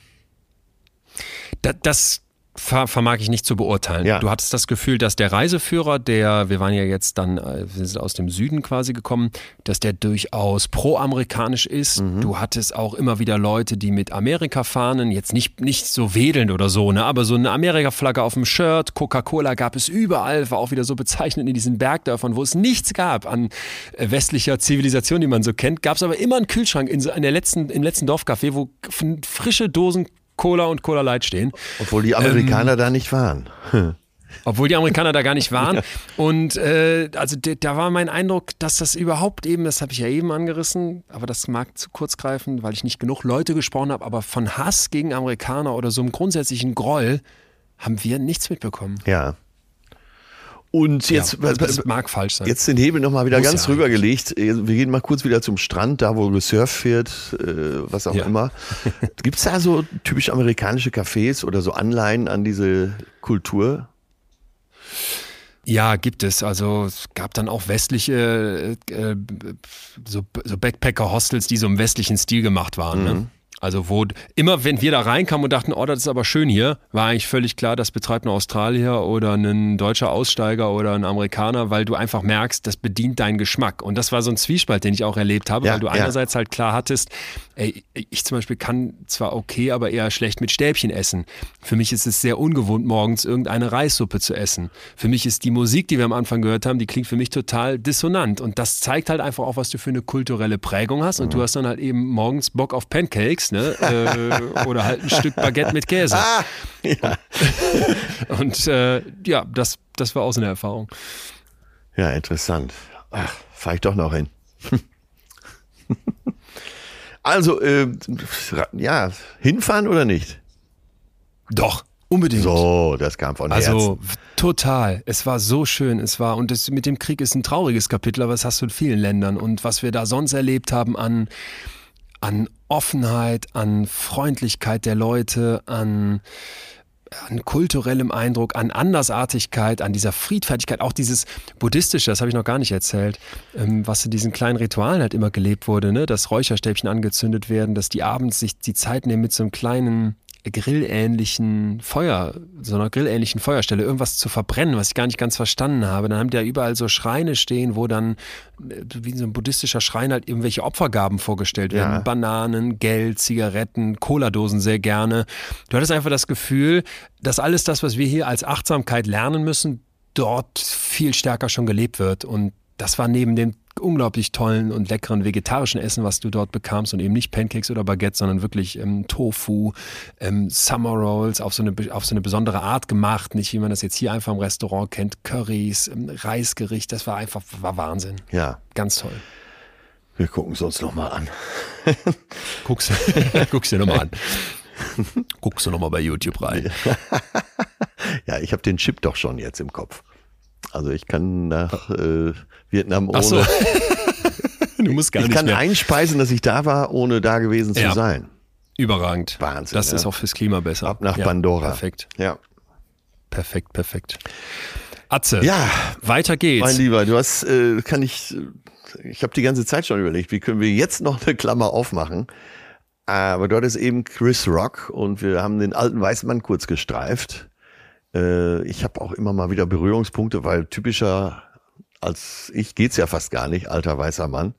Das vermag ich nicht zu beurteilen. Ja. Du hattest das Gefühl, dass der Reiseführer, wir waren ja jetzt dann, wir sind aus dem Süden quasi gekommen, dass der durchaus pro-amerikanisch ist. Mhm. Du hattest auch immer wieder Leute, die mit Amerika-Fahnen, jetzt nicht so wedelnd oder so, ne, aber so eine Amerika-Flagge auf dem Shirt, Coca-Cola gab es überall, war auch wieder so bezeichnend in diesen Bergdörfern, wo es nichts gab an westlicher Zivilisation, die man so kennt, gab es aber immer einen Kühlschrank im letzten Dorfcafé, wo frische Dosen Cola und Cola Light stehen. Obwohl die Amerikaner da nicht waren. Obwohl die Amerikaner da gar nicht waren. Und da war mein Eindruck, dass das überhaupt eben, das habe ich ja eben angerissen, aber das mag zu kurz greifen, weil ich nicht genug Leute gesprochen habe, aber von Hass gegen Amerikaner oder so einem grundsätzlichen Groll haben wir nichts mitbekommen. Ja. Und jetzt, das mag falsch sein. Jetzt den Hebel nochmal wieder ganz rübergelegt. Wir gehen mal kurz wieder zum Strand, da wo gesurft wird, was auch immer. Gibt es da so typisch amerikanische Cafés oder so Anleihen an diese Kultur? Ja, gibt es. Also es gab dann auch westliche so Backpacker-Hostels, die so im westlichen Stil gemacht waren. Ne? Also immer wenn wir da reinkamen und dachten, das ist aber schön hier, war eigentlich völlig klar, das betreibt ein Australier oder ein deutscher Aussteiger oder ein Amerikaner, weil du einfach merkst, das bedient deinen Geschmack. Und das war so ein Zwiespalt, den ich auch erlebt habe, weil du einerseits halt klar hattest, ich zum Beispiel kann zwar okay, aber eher schlecht mit Stäbchen essen. Für mich ist es sehr ungewohnt, morgens irgendeine Reissuppe zu essen. Für mich ist die Musik, die wir am Anfang gehört haben, die klingt für mich total dissonant. Und das zeigt halt einfach auch, was du für eine kulturelle Prägung hast. Und du hast dann halt eben morgens Bock auf Pancakes, ne? Oder halt ein Stück Baguette mit Käse. Und das war auch so eine Erfahrung. Ja, interessant. Ach, fahr ich doch noch hin. Also, hinfahren oder nicht? Doch. Unbedingt. So, das kam von Herzen. Also total. Es war so schön. Und das mit dem Krieg ist ein trauriges Kapitel, aber das hast du in vielen Ländern. Und was wir da sonst erlebt haben an Offenheit, an Freundlichkeit der Leute, an kulturellem Eindruck, an Andersartigkeit, an dieser Friedfertigkeit, auch dieses Buddhistische, das habe ich noch gar nicht erzählt, was in diesen kleinen Ritualen halt immer gelebt wurde, ne? Dass Räucherstäbchen angezündet werden, dass die abends sich die Zeit nehmen mit so einem kleinen grillähnlichen so einer grillähnlichen Feuerstelle irgendwas zu verbrennen, was ich gar nicht ganz verstanden habe. Dann haben die ja überall so Schreine stehen, wo dann wie so ein buddhistischer Schrein halt irgendwelche Opfergaben vorgestellt werden. Ja. Bananen, Geld, Zigaretten, Cola-Dosen sehr gerne. Du hattest einfach das Gefühl, dass alles das, was wir hier als Achtsamkeit lernen müssen, dort viel stärker schon gelebt wird. Und das war neben dem unglaublich tollen und leckeren vegetarischen Essen, was du dort bekamst und eben nicht Pancakes oder Baguette, sondern wirklich Tofu, Summer Rolls auf so eine besondere Art gemacht, nicht wie man das jetzt hier einfach im Restaurant kennt, Currys, Reisgericht, das war Wahnsinn. Ja. Ganz toll. Wir gucken es uns nochmal an. Guck's dir nochmal an. Guckst du nochmal bei YouTube rein. Ja, ich habe den Chip doch schon jetzt im Kopf. Also ich kann nach Vietnam ohne... Ach so. Du musst gar nicht mehr. Ich kann einspeisen, dass ich da war, ohne da gewesen zu sein. Überragend. Wahnsinn. Das ist auch fürs Klima besser. Ab nach Pandora. Perfekt. Ja. Perfekt. Atze. Ja. Weiter geht's. Mein Lieber, du hast, ich habe die ganze Zeit schon überlegt, wie können wir jetzt noch eine Klammer aufmachen? Aber dort ist eben Chris Rock und wir haben den alten weißen Mann kurz gestreift. Ich habe auch immer mal wieder Berührungspunkte, weil typischer als ich geht's ja fast gar nicht, alter weißer Mann.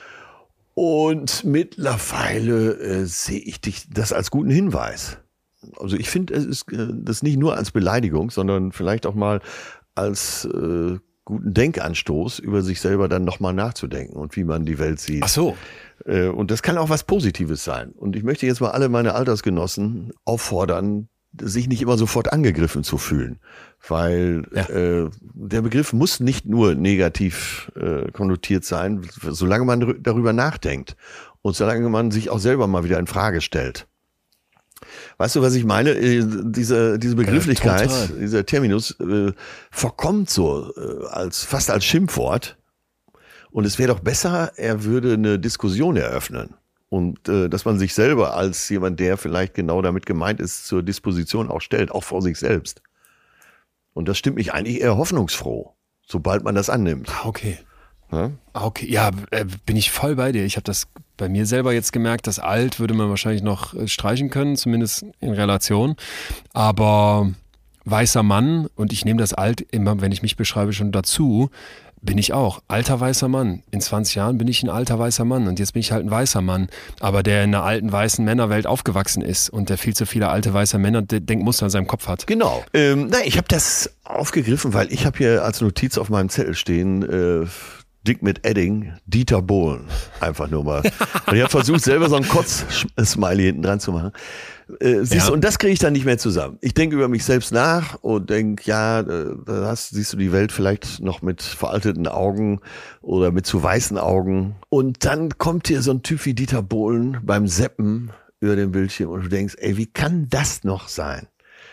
Und mittlerweile sehe ich das als guten Hinweis. Also ich finde, es ist das nicht nur als Beleidigung, sondern vielleicht auch mal als guten Denkanstoß, über sich selber dann nochmal nachzudenken und wie man die Welt sieht. Ach so. Und das kann auch was Positives sein. Und ich möchte jetzt mal alle meine Altersgenossen auffordern, sich nicht immer sofort angegriffen zu fühlen. Weil der Begriff muss nicht nur negativ konnotiert sein, solange man darüber nachdenkt und solange man sich auch selber mal wieder in Frage stellt. Weißt du, was ich meine? Diese Begrifflichkeit, dieser Terminus verkommt so fast als Schimpfwort. Und es wäre doch besser, er würde eine Diskussion eröffnen. Und dass man sich selber als jemand, der vielleicht genau damit gemeint ist, zur Disposition auch stellt, auch vor sich selbst. Und das stimmt mich eigentlich eher hoffnungsfroh, sobald man das annimmt. Okay. Ja? Okay, ja, bin ich voll bei dir. Ich habe das bei mir selber jetzt gemerkt, das alt würde man wahrscheinlich noch streichen können, zumindest in Relation. Aber weißer Mann, und ich nehme das alt immer, wenn ich mich beschreibe, schon dazu, bin ich auch. Alter weißer Mann. In 20 Jahren bin ich ein alter weißer Mann und jetzt bin ich halt ein weißer Mann, aber der in einer alten weißen Männerwelt aufgewachsen ist und der viel zu viele alte weiße Männer Denkmuster in seinem Kopf hat. Genau. Ich habe das aufgegriffen, weil ich habe hier als Notiz auf meinem Zettel stehen, dick mit Edding, Dieter Bohlen. Einfach nur mal. Und ich habe versucht, selber so ein Kotz-Smiley hinten dran zu machen. Und das kriege ich dann nicht mehr zusammen. Ich denke über mich selbst nach und denke, siehst du die Welt vielleicht noch mit veralteten Augen oder mit zu weißen Augen. Und dann kommt hier so ein Typ wie Dieter Bohlen beim Zappen über den Bildschirm und du denkst, ey, wie kann das noch sein?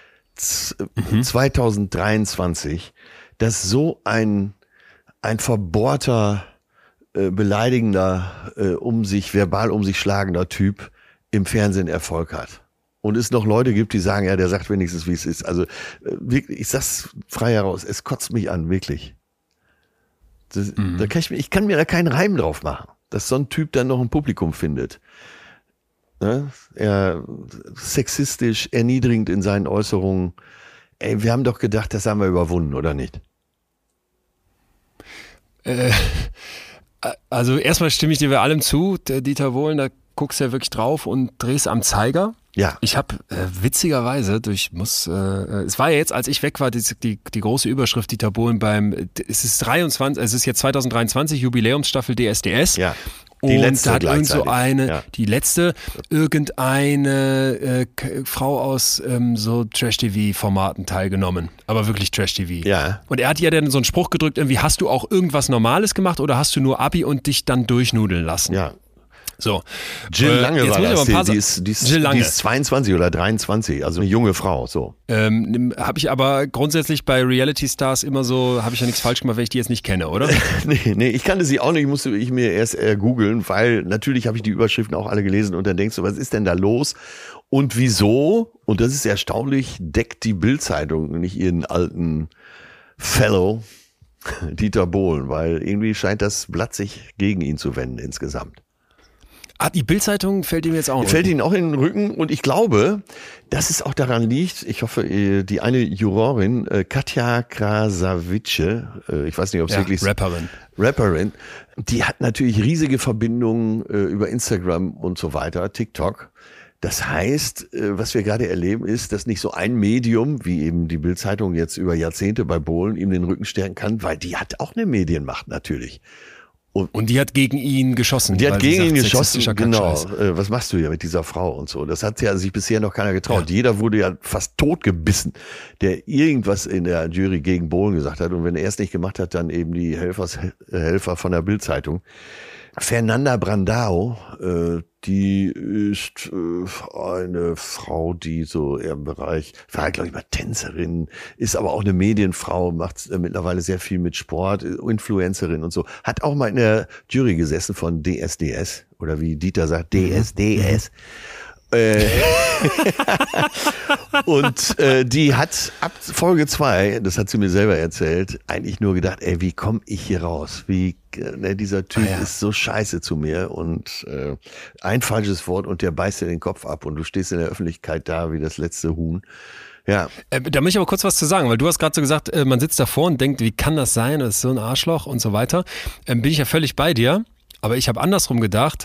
2023, dass so ein verbohrter, beleidigender, verbal um sich schlagender Typ im Fernsehen Erfolg hat. Und es noch Leute gibt, die sagen, ja, der sagt wenigstens, wie es ist. Also wirklich, ich sag's frei heraus, es kotzt mich an, wirklich. Ich kann mir da keinen Reim drauf machen, dass so ein Typ dann noch ein Publikum findet. Ne? Er sexistisch, erniedrigend in seinen Äußerungen. Ey, wir haben doch gedacht, das haben wir überwunden, oder nicht? Also erstmal stimme ich dir bei allem zu, der Dieter Bohlen, da guckst du ja wirklich drauf und drehst am Zeiger. Ja. Ich habe witzigerweise es war ja jetzt, als ich weg war, die große Überschrift Dieter Bohlen es ist jetzt 2023, Jubiläumsstaffel DSDS. Ja. Die letzte hat irgendeine Frau aus so Trash-TV-Formaten teilgenommen. Aber wirklich Trash-TV. Ja. Und er hat ja dann so einen Spruch gedrückt, irgendwie, hast du auch irgendwas Normales gemacht oder hast du nur Abi und dich dann durchnudeln lassen? Ja. So. Jill Lange war das, die ist 22 oder 23, also eine junge Frau, so. Habe ich aber grundsätzlich bei Reality Stars immer so, habe ich ja nichts falsch gemacht, wenn ich die jetzt nicht kenne, oder? Nee, ich kannte sie auch nicht, musste ich mir erst googeln, weil natürlich habe ich die Überschriften auch alle gelesen und dann denkst du, was ist denn da los? Und wieso, und das ist erstaunlich, deckt die Bild-Zeitung nicht ihren alten Fellow Dieter Bohlen, weil irgendwie scheint das Blatt sich gegen ihn zu wenden insgesamt. Die Bild-Zeitung fällt ihm jetzt auch in den Rücken. Fällt ihm auch in den Rücken und ich glaube, dass es auch daran liegt, ich hoffe, die eine Jurorin, Katja Krasavice, ich weiß nicht, ob es wirklich Rapperin, die hat natürlich riesige Verbindungen über Instagram und so weiter, TikTok. Das heißt, was wir gerade erleben, ist, dass nicht so ein Medium, wie eben die Bild-Zeitung jetzt über Jahrzehnte bei Bohlen, ihm den Rücken stärken kann, weil die hat auch eine Medienmacht natürlich. Und die hat gegen ihn geschossen. Die hat gegen ihn geschossen, genau. Was machst du hier mit dieser Frau und so? Das hat ja sich bisher noch keiner getraut. Ja. Jeder wurde ja fast totgebissen, der irgendwas in der Jury gegen Bohlen gesagt hat. Und wenn er es nicht gemacht hat, dann eben die Helfer von der Bild-Zeitung. Fernanda Brandao, die ist eine Frau, die so eher im Bereich, war glaube ich mal Tänzerin, ist aber auch eine Medienfrau, macht mittlerweile sehr viel mit Sport, Influencerin und so. Hat auch mal in der Jury gesessen von DSDS oder wie Dieter sagt, DSDS. Und die hat ab Folge 2, das hat sie mir selber erzählt, eigentlich nur gedacht, ey, wie komme ich hier raus? Dieser Typ ist so scheiße zu mir und ein falsches Wort und der beißt dir den Kopf ab und du stehst in der Öffentlichkeit da wie das letzte Huhn. Ja. Da muss ich aber kurz was zu sagen, weil du hast gerade so gesagt, man sitzt davor und denkt, wie kann das sein? Das ist so ein Arschloch und so weiter. Bin ich ja völlig bei dir, aber ich habe andersrum gedacht.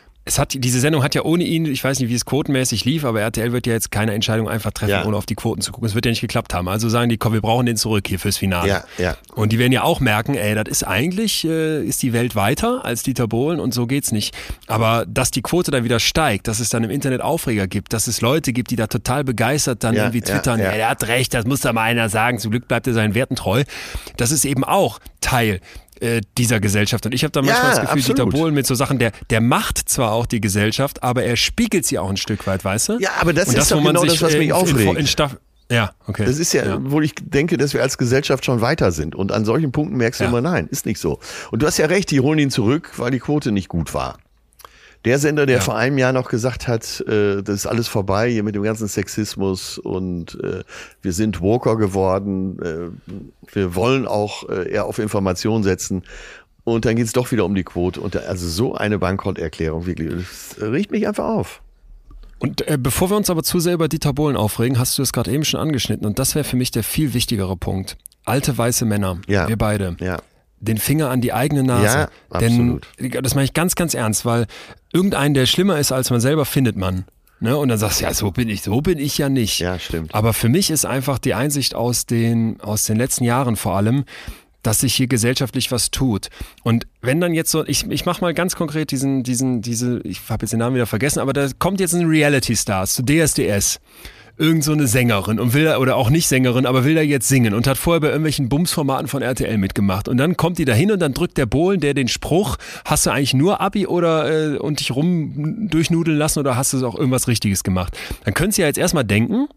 Diese Sendung hat ja ohne ihn, ich weiß nicht, wie es quotenmäßig lief, aber RTL wird ja jetzt keine Entscheidung einfach treffen, ohne auf die Quoten zu gucken. Es wird ja nicht geklappt haben. Also sagen die, komm, wir brauchen den zurück hier fürs Finale. Ja. Und die werden ja auch merken, das ist eigentlich, ist die Welt weiter als Dieter Bohlen und so geht's nicht. Aber dass die Quote dann wieder steigt, dass es dann im Internet Aufreger gibt, dass es Leute gibt, die da total begeistert dann irgendwie twittern, er hat recht, das muss da mal einer sagen, zum Glück bleibt er seinen Werten treu. Das ist eben auch Teil dieser Gesellschaft. Und ich habe da manchmal das Gefühl, absolut. Dieter Bohlen mit so Sachen, der macht zwar auch die Gesellschaft, aber er spiegelt sie auch ein Stück weit, weißt du? Ja, aber das ist doch genau das, was mich aufregt. Ja, okay. Das ist wo ich denke, dass wir als Gesellschaft schon weiter sind. Und an solchen Punkten merkst du immer, nein, ist nicht so. Und du hast ja recht, die holen ihn zurück, weil die Quote nicht gut war. Der Sender, der vor einem Jahr noch gesagt hat, das ist alles vorbei hier mit dem ganzen Sexismus und wir sind Woker geworden, wir wollen auch eher auf Information setzen und dann geht es doch wieder um die Quote. Und also so eine Bankrotterklärung, wirklich, das riecht mich einfach auf. Und bevor wir uns aber zu sehr über Dieter Bohlen aufregen, hast du es gerade eben schon angeschnitten und das wäre für mich der viel wichtigere Punkt. Alte weiße Männer, wir beide. Ja. Den Finger an die eigene Nase. Ja, absolut. Denn das meine ich ganz, ganz ernst, weil irgendeinen, der schlimmer ist als man selber, findet man. Ne? Und dann sagst du, ja, so bin ich ja nicht. Ja, stimmt. Aber für mich ist einfach die Einsicht aus den letzten Jahren vor allem, dass sich hier gesellschaftlich was tut. Und wenn dann jetzt so, ich mach mal ganz konkret ich habe jetzt den Namen wieder vergessen, aber da kommt jetzt ein Reality-Star zu DSDS. Irgend so eine Sängerin und oder auch nicht Sängerin, aber will da jetzt singen und hat vorher bei irgendwelchen Bumsformaten von RTL mitgemacht. Und dann kommt die da hin und dann drückt der Bohlen, der den Spruch, hast du eigentlich nur Abi oder und dich durchnudeln lassen oder hast du auch irgendwas Richtiges gemacht? Dann können sie ja jetzt erstmal denken,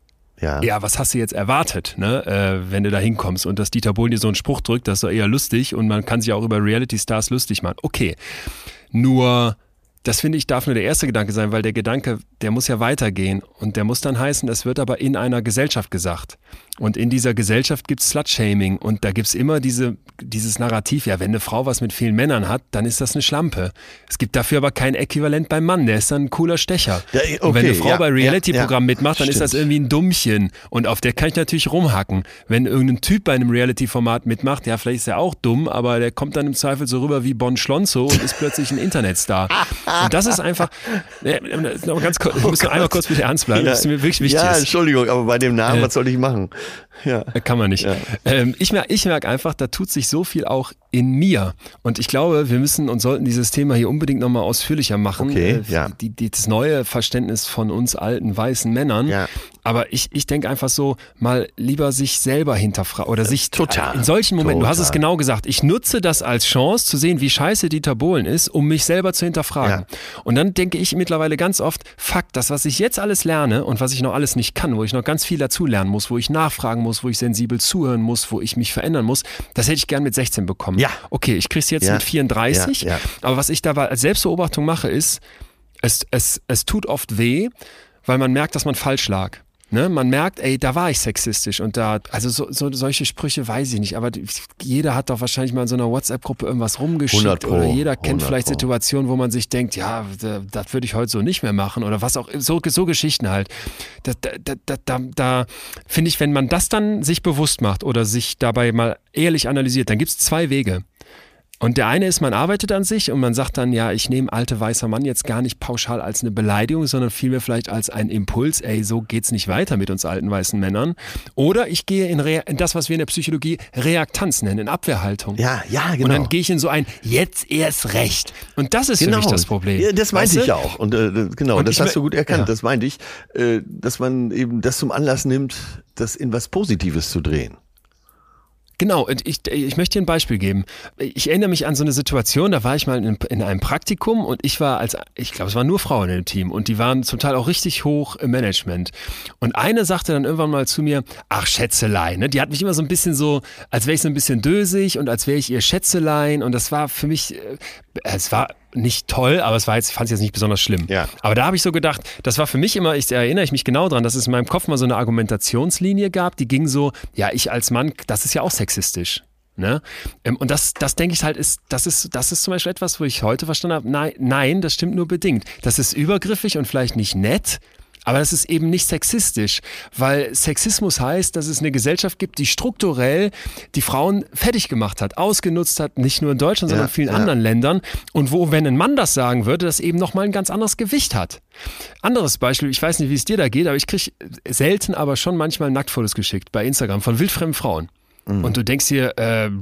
ja, was hast du jetzt erwartet, ne, wenn du da hinkommst und dass Dieter Bohlen dir so einen Spruch drückt, das ist doch eher lustig und man kann sich auch über Reality-Stars lustig machen. Okay, nur das finde ich darf nur der erste Gedanke sein, weil der Gedanke, der muss ja weitergehen und der muss dann heißen, es wird aber in einer Gesellschaft gesagt. Und in dieser Gesellschaft gibt es Slut-Shaming und da gibt es immer dieses Narrativ, ja, wenn eine Frau was mit vielen Männern hat, dann ist das eine Schlampe. Es gibt dafür aber kein Äquivalent beim Mann, der ist dann ein cooler Stecher. Ja, okay, und wenn eine Frau bei Reality-Programmen mitmacht, dann ist das irgendwie ein Dummchen und auf der kann ich natürlich rumhacken. Wenn irgendein Typ bei einem Reality-Format mitmacht, ja, vielleicht ist er auch dumm, aber der kommt dann im Zweifel so rüber wie Bon Schlonzo und ist plötzlich ein Internetstar. Und das ist einfach, ganz kurz, ich muss einmal kurz bitte ernst bleiben, das ist mir wirklich wichtig. Ja, Entschuldigung, aber bei dem Namen, was soll ich machen? Ja. Kann man nicht. Ja. Ich merke einfach, da tut sich so viel auch in mir. Und ich glaube, wir müssen und sollten dieses Thema hier unbedingt nochmal ausführlicher machen. Okay, das neue Verständnis von uns alten weißen Männern. Ja. Aber ich denke einfach so, mal lieber sich selber hinterfragen oder sich total in solchen Momenten, du hast es genau gesagt, ich nutze das als Chance zu sehen, wie scheiße Dieter Bohlen ist, um mich selber zu hinterfragen. Ja. Und dann denke ich mittlerweile ganz oft, fuck, das, was ich jetzt alles lerne und was ich noch alles nicht kann, wo ich noch ganz viel dazu lernen muss, wo ich nachfragen muss, wo ich sensibel zuhören muss, wo ich mich verändern muss, das hätte ich gern mit 16 bekommen. Ja. Okay, ich krieg's jetzt mit 34, aber was ich dabei als Selbstbeobachtung mache ist, es tut oft weh, weil man merkt, dass man falsch lag. Ne, man merkt, ey, da war ich sexistisch und also solche Sprüche weiß ich nicht, aber jeder hat doch wahrscheinlich mal in so einer WhatsApp-Gruppe irgendwas rumgeschickt oder jeder kennt vielleicht Situationen, wo man sich denkt, ja, das würde ich heute so nicht mehr machen oder was auch, so Geschichten halt. Da finde ich, wenn man das dann sich bewusst macht oder sich dabei mal ehrlich analysiert, dann gibt es 2 Wege. Und der eine ist, man arbeitet an sich und man sagt dann, ja, ich nehme alte weißer Mann jetzt gar nicht pauschal als eine Beleidigung, sondern vielmehr vielleicht als einen Impuls, ey, so geht's nicht weiter mit uns alten weißen Männern. Oder ich gehe in das, was wir in der Psychologie Reaktanz nennen, in Abwehrhaltung. Ja, genau. Und dann gehe ich in so ein, jetzt erst recht. Und das ist für mich das Problem. Ja, das meinte ich auch. Und das hast du gut erkannt. Ja. Das meinte ich, dass man eben das zum Anlass nimmt, das in was Positives zu drehen. Genau, und ich möchte dir ein Beispiel geben. Ich erinnere mich an so eine Situation, da war ich mal in einem Praktikum und ich glaube, es waren nur Frauen im Team und die waren zum Teil auch richtig hoch im Management. Und eine sagte dann irgendwann mal zu mir, ach Schätzelein, ne? Die hat mich immer so ein bisschen so, als wäre ich so ein bisschen dösig und als wäre ich ihr Schätzelein und das war für mich, es war nicht toll, aber ich fand es jetzt nicht besonders schlimm. Ja. Aber da habe ich so gedacht, das war für mich immer, erinnere ich mich genau dran, dass es in meinem Kopf mal so eine Argumentationslinie gab, die ging so, ja, ich als Mann, das ist ja auch sexistisch. Ne? Und das denke ich halt, das ist zum Beispiel etwas, wo ich heute verstanden habe, nein, das stimmt nur bedingt. Das ist übergriffig und vielleicht nicht nett, aber das ist eben nicht sexistisch, weil Sexismus heißt, dass es eine Gesellschaft gibt, die strukturell die Frauen fertig gemacht hat, ausgenutzt hat, nicht nur in Deutschland, sondern in vielen anderen Ländern und wo, wenn ein Mann das sagen würde, das eben nochmal ein ganz anderes Gewicht hat. Anderes Beispiel, ich weiß nicht, wie es dir da geht, aber ich kriege selten, aber schon manchmal Nacktfotos geschickt bei Instagram von wildfremden Frauen. Mhm. Und du denkst dir,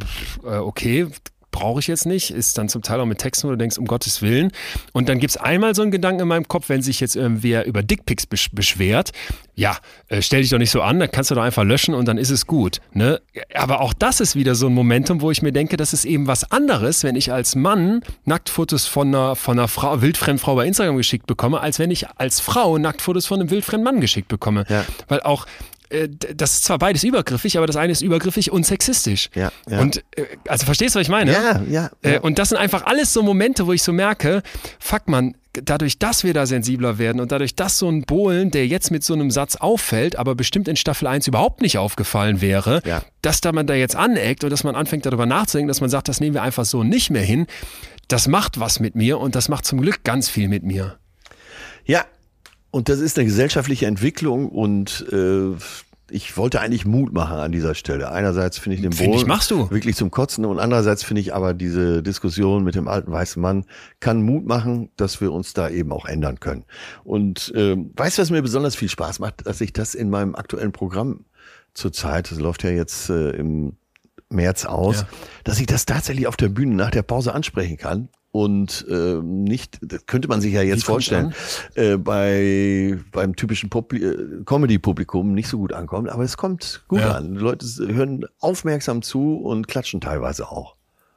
okay, brauche ich jetzt nicht, ist dann zum Teil auch mit Texten, wo du denkst, um Gottes Willen. Und dann gibt es einmal so einen Gedanken in meinem Kopf, wenn sich jetzt irgendwer über Dickpics beschwert, ja, stell dich doch nicht so an, dann kannst du doch einfach löschen und dann ist es gut. Ne? Aber auch das ist wieder so ein Momentum, wo ich mir denke, das ist eben was anderes, wenn ich als Mann Nacktfotos von einer Frau, wildfremden Frau bei Instagram geschickt bekomme, als wenn ich als Frau Nacktfotos von einem wildfremden Mann geschickt bekomme. Ja. Weil auch das ist zwar beides übergriffig, aber das eine ist übergriffig und sexistisch. Ja. Und also verstehst du, was ich meine? Ja. Und das sind einfach alles so Momente, wo ich so merke, fuck man, dadurch, dass wir da sensibler werden und dadurch, dass so ein Bohlen, der jetzt mit so einem Satz auffällt, aber bestimmt in Staffel 1 überhaupt nicht aufgefallen wäre, dass man da jetzt aneckt und dass man anfängt darüber nachzudenken, dass man sagt, das nehmen wir einfach so nicht mehr hin, das macht was mit mir und das macht zum Glück ganz viel mit mir. Ja. Und das ist eine gesellschaftliche Entwicklung und ich wollte eigentlich Mut machen an dieser Stelle. Einerseits finde ich den Bohlen wirklich zum Kotzen und andererseits finde ich aber diese Diskussion mit dem alten weißen Mann kann Mut machen, dass wir uns da eben auch ändern können. Und weißt du, was mir besonders viel Spaß macht, dass ich das in meinem aktuellen Programm zurzeit, das läuft ja jetzt im März aus, dass ich das tatsächlich auf der Bühne nach der Pause ansprechen kann. Und nicht, das könnte man sich ja jetzt vorstellen, beim typischen Comedy-Publikum nicht so gut ankommt, aber es kommt gut an. Die Leute hören aufmerksam zu und klatschen teilweise auch.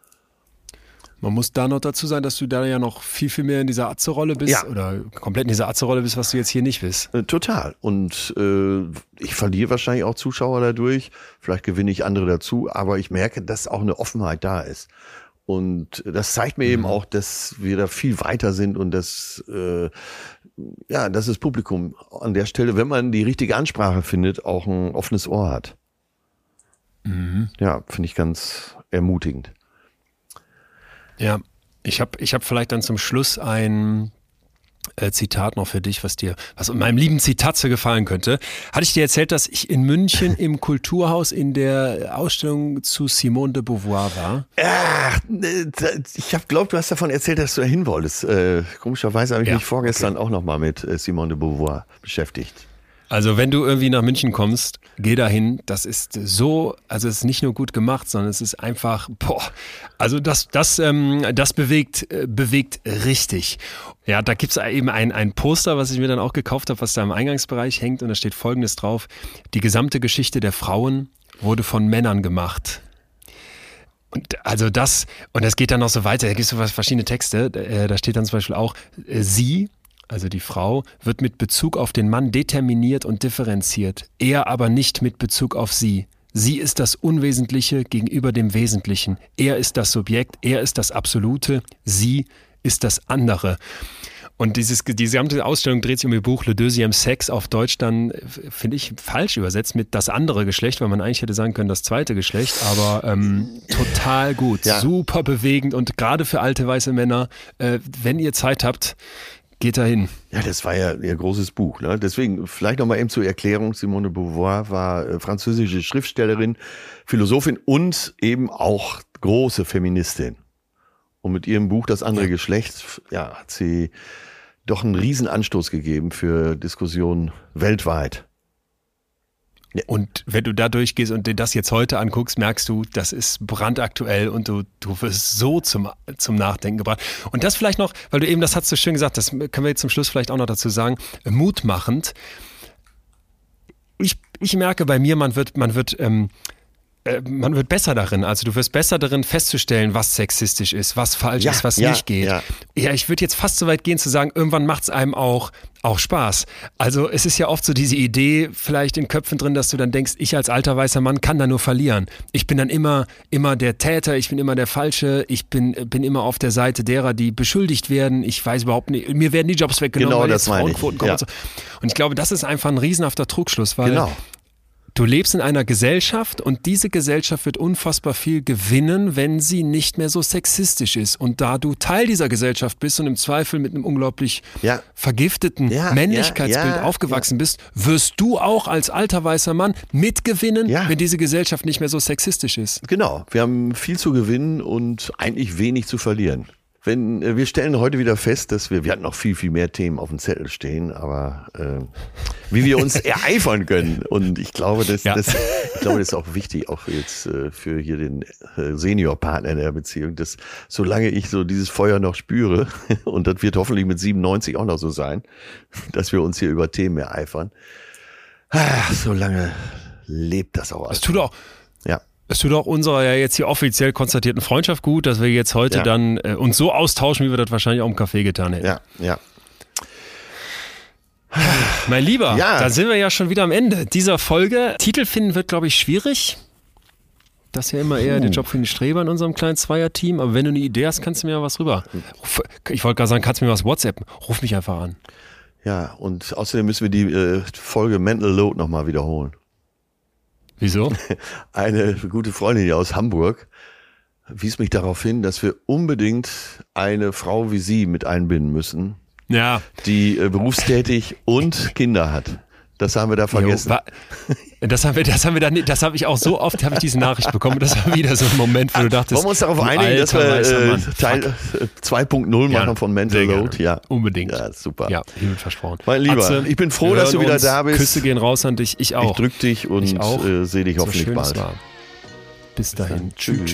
Man muss da noch dazu sagen, dass du da ja noch viel, viel mehr in dieser Atze-Rolle bist oder komplett in dieser Atze-Rolle bist, was du jetzt hier nicht bist. Total. Und ich verliere wahrscheinlich auch Zuschauer dadurch, vielleicht gewinne ich andere dazu, aber ich merke, dass auch eine Offenheit da ist. Und das zeigt mir eben auch, dass wir da viel weiter sind und dass das Publikum an der Stelle, wenn man die richtige Ansprache findet, auch ein offenes Ohr hat. Mhm. Ja, finde ich ganz ermutigend. Ja, ich hab vielleicht dann zum Schluss ein Zitat noch für dich, was in meinem lieben Zitatze gefallen könnte. Hatte ich dir erzählt, dass ich in München im Kulturhaus in der Ausstellung zu Simone de Beauvoir war? Ja, ich habe glaubt, du hast davon erzählt, dass du da hin wolltest. Komischerweise habe ich mich vorgestern auch nochmal mit Simone de Beauvoir beschäftigt. Also wenn du irgendwie nach München kommst, geh dahin. Das ist so, also es ist nicht nur gut gemacht, sondern es ist einfach, also das bewegt richtig. Ja, da gibt's eben ein Poster, was ich mir dann auch gekauft habe, was da im Eingangsbereich hängt und da steht Folgendes drauf: Die gesamte Geschichte der Frauen wurde von Männern gemacht. Und also das geht dann noch so weiter, da gibt es so verschiedene Texte, da steht dann zum Beispiel auch, sie, also die Frau, wird mit Bezug auf den Mann determiniert und differenziert, er aber nicht mit Bezug auf sie. Sie ist das Unwesentliche gegenüber dem Wesentlichen, er ist das Subjekt, er ist das Absolute, sie ist das andere. Und diese gesamte Ausstellung dreht sich um ihr Buch Le Deuxième Sexe, auf Deutsch dann, finde ich, falsch übersetzt mit das andere Geschlecht, weil man eigentlich hätte sagen können, das zweite Geschlecht, aber total gut, super bewegend und gerade für alte weiße Männer, wenn ihr Zeit habt, geht dahin. Ja, das war ja ihr großes Buch. Ne? Deswegen vielleicht nochmal eben zur Erklärung, Simone de Beauvoir war französische Schriftstellerin, Philosophin und eben auch große Feministin. Und mit ihrem Buch Das andere Geschlecht, hat sie doch einen riesen Anstoß gegeben für Diskussionen weltweit. Ja. Und wenn du da durchgehst und dir das jetzt heute anguckst, merkst du, das ist brandaktuell und du wirst so zum Nachdenken gebracht. Und das vielleicht noch, weil du eben, das hast du schön gesagt, das können wir jetzt zum Schluss vielleicht auch noch dazu sagen, mutmachend. Ich merke bei mir, man wird besser darin, also du wirst besser darin festzustellen, was sexistisch ist, was falsch ist, was nicht geht. Ja, ich würde jetzt fast so weit gehen zu sagen, irgendwann macht es einem auch Spaß. Also es ist ja oft so diese Idee vielleicht in Köpfen drin, dass du dann denkst, ich als alter weißer Mann kann da nur verlieren. Ich bin dann immer der Täter, ich bin immer der Falsche, ich bin immer auf der Seite derer, die beschuldigt werden. Ich weiß überhaupt nicht, mir werden die Jobs weggenommen, weil jetzt das Frauenquoten kommen und so. Und ich glaube, das ist einfach ein riesenhafter Trugschluss, weil du lebst in einer Gesellschaft und diese Gesellschaft wird unfassbar viel gewinnen, wenn sie nicht mehr so sexistisch ist. Und da du Teil dieser Gesellschaft bist und im Zweifel mit einem unglaublich vergifteten Männlichkeitsbild aufgewachsen bist, wirst du auch als alter weißer Mann mitgewinnen, wenn diese Gesellschaft nicht mehr so sexistisch ist. Genau, wir haben viel zu gewinnen und eigentlich wenig zu verlieren. Wir stellen heute wieder fest, dass wir hatten noch viel, viel mehr Themen auf dem Zettel stehen, aber wie wir uns ereifern können. Und ich glaube, das ist auch wichtig, auch jetzt für hier den Seniorpartner in der Beziehung, dass solange ich so dieses Feuer noch spüre, und das wird hoffentlich mit 97 auch noch so sein, dass wir uns hier über Themen ereifern, solange lebt das auch alles. Es tut auch. Es tut auch unserer ja jetzt hier offiziell konstatierten Freundschaft gut, dass wir jetzt heute dann uns so austauschen, wie wir das wahrscheinlich auch im Café getan hätten. Ja. Mein Lieber, da sind wir ja schon wieder am Ende dieser Folge. Titel finden wird, glaube ich, schwierig. Das ist ja immer eher der Job für den Streber in unserem kleinen Zweier-Team. Aber wenn du eine Idee hast, kannst du mir ja was rüber. Ich wollte gerade sagen, kannst du mir was WhatsAppen? Ruf mich einfach an. Ja, und außerdem müssen wir die Folge Mental Load nochmal wiederholen. Wieso? Eine gute Freundin hier aus Hamburg wies mich darauf hin, dass wir unbedingt eine Frau wie sie mit einbinden müssen, die berufstätig und Kinder hat. Das haben wir da vergessen. Das habe ich auch so oft, habe ich diese Nachricht bekommen. Das war wieder so ein Moment, wo du dachtest, wollen wir uns darauf einigen, dass wir Teil 2.0 machen von Mental Load? Ja, unbedingt. Ja, super. Ja, hiermit versprochen. Mein Lieber, Atze, ich bin froh, dass du wieder da bist. Küsse gehen raus an dich, ich auch. Ich drück dich und sehe dich hoffentlich bald. Bis dahin. Tschüss.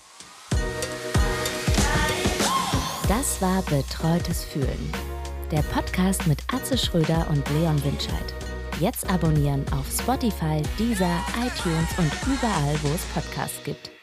Das war Betreutes Fühlen. Der Podcast mit Atze Schröder und Leon Winscheid. Jetzt abonnieren auf Spotify, Deezer, iTunes und überall, wo es Podcasts gibt.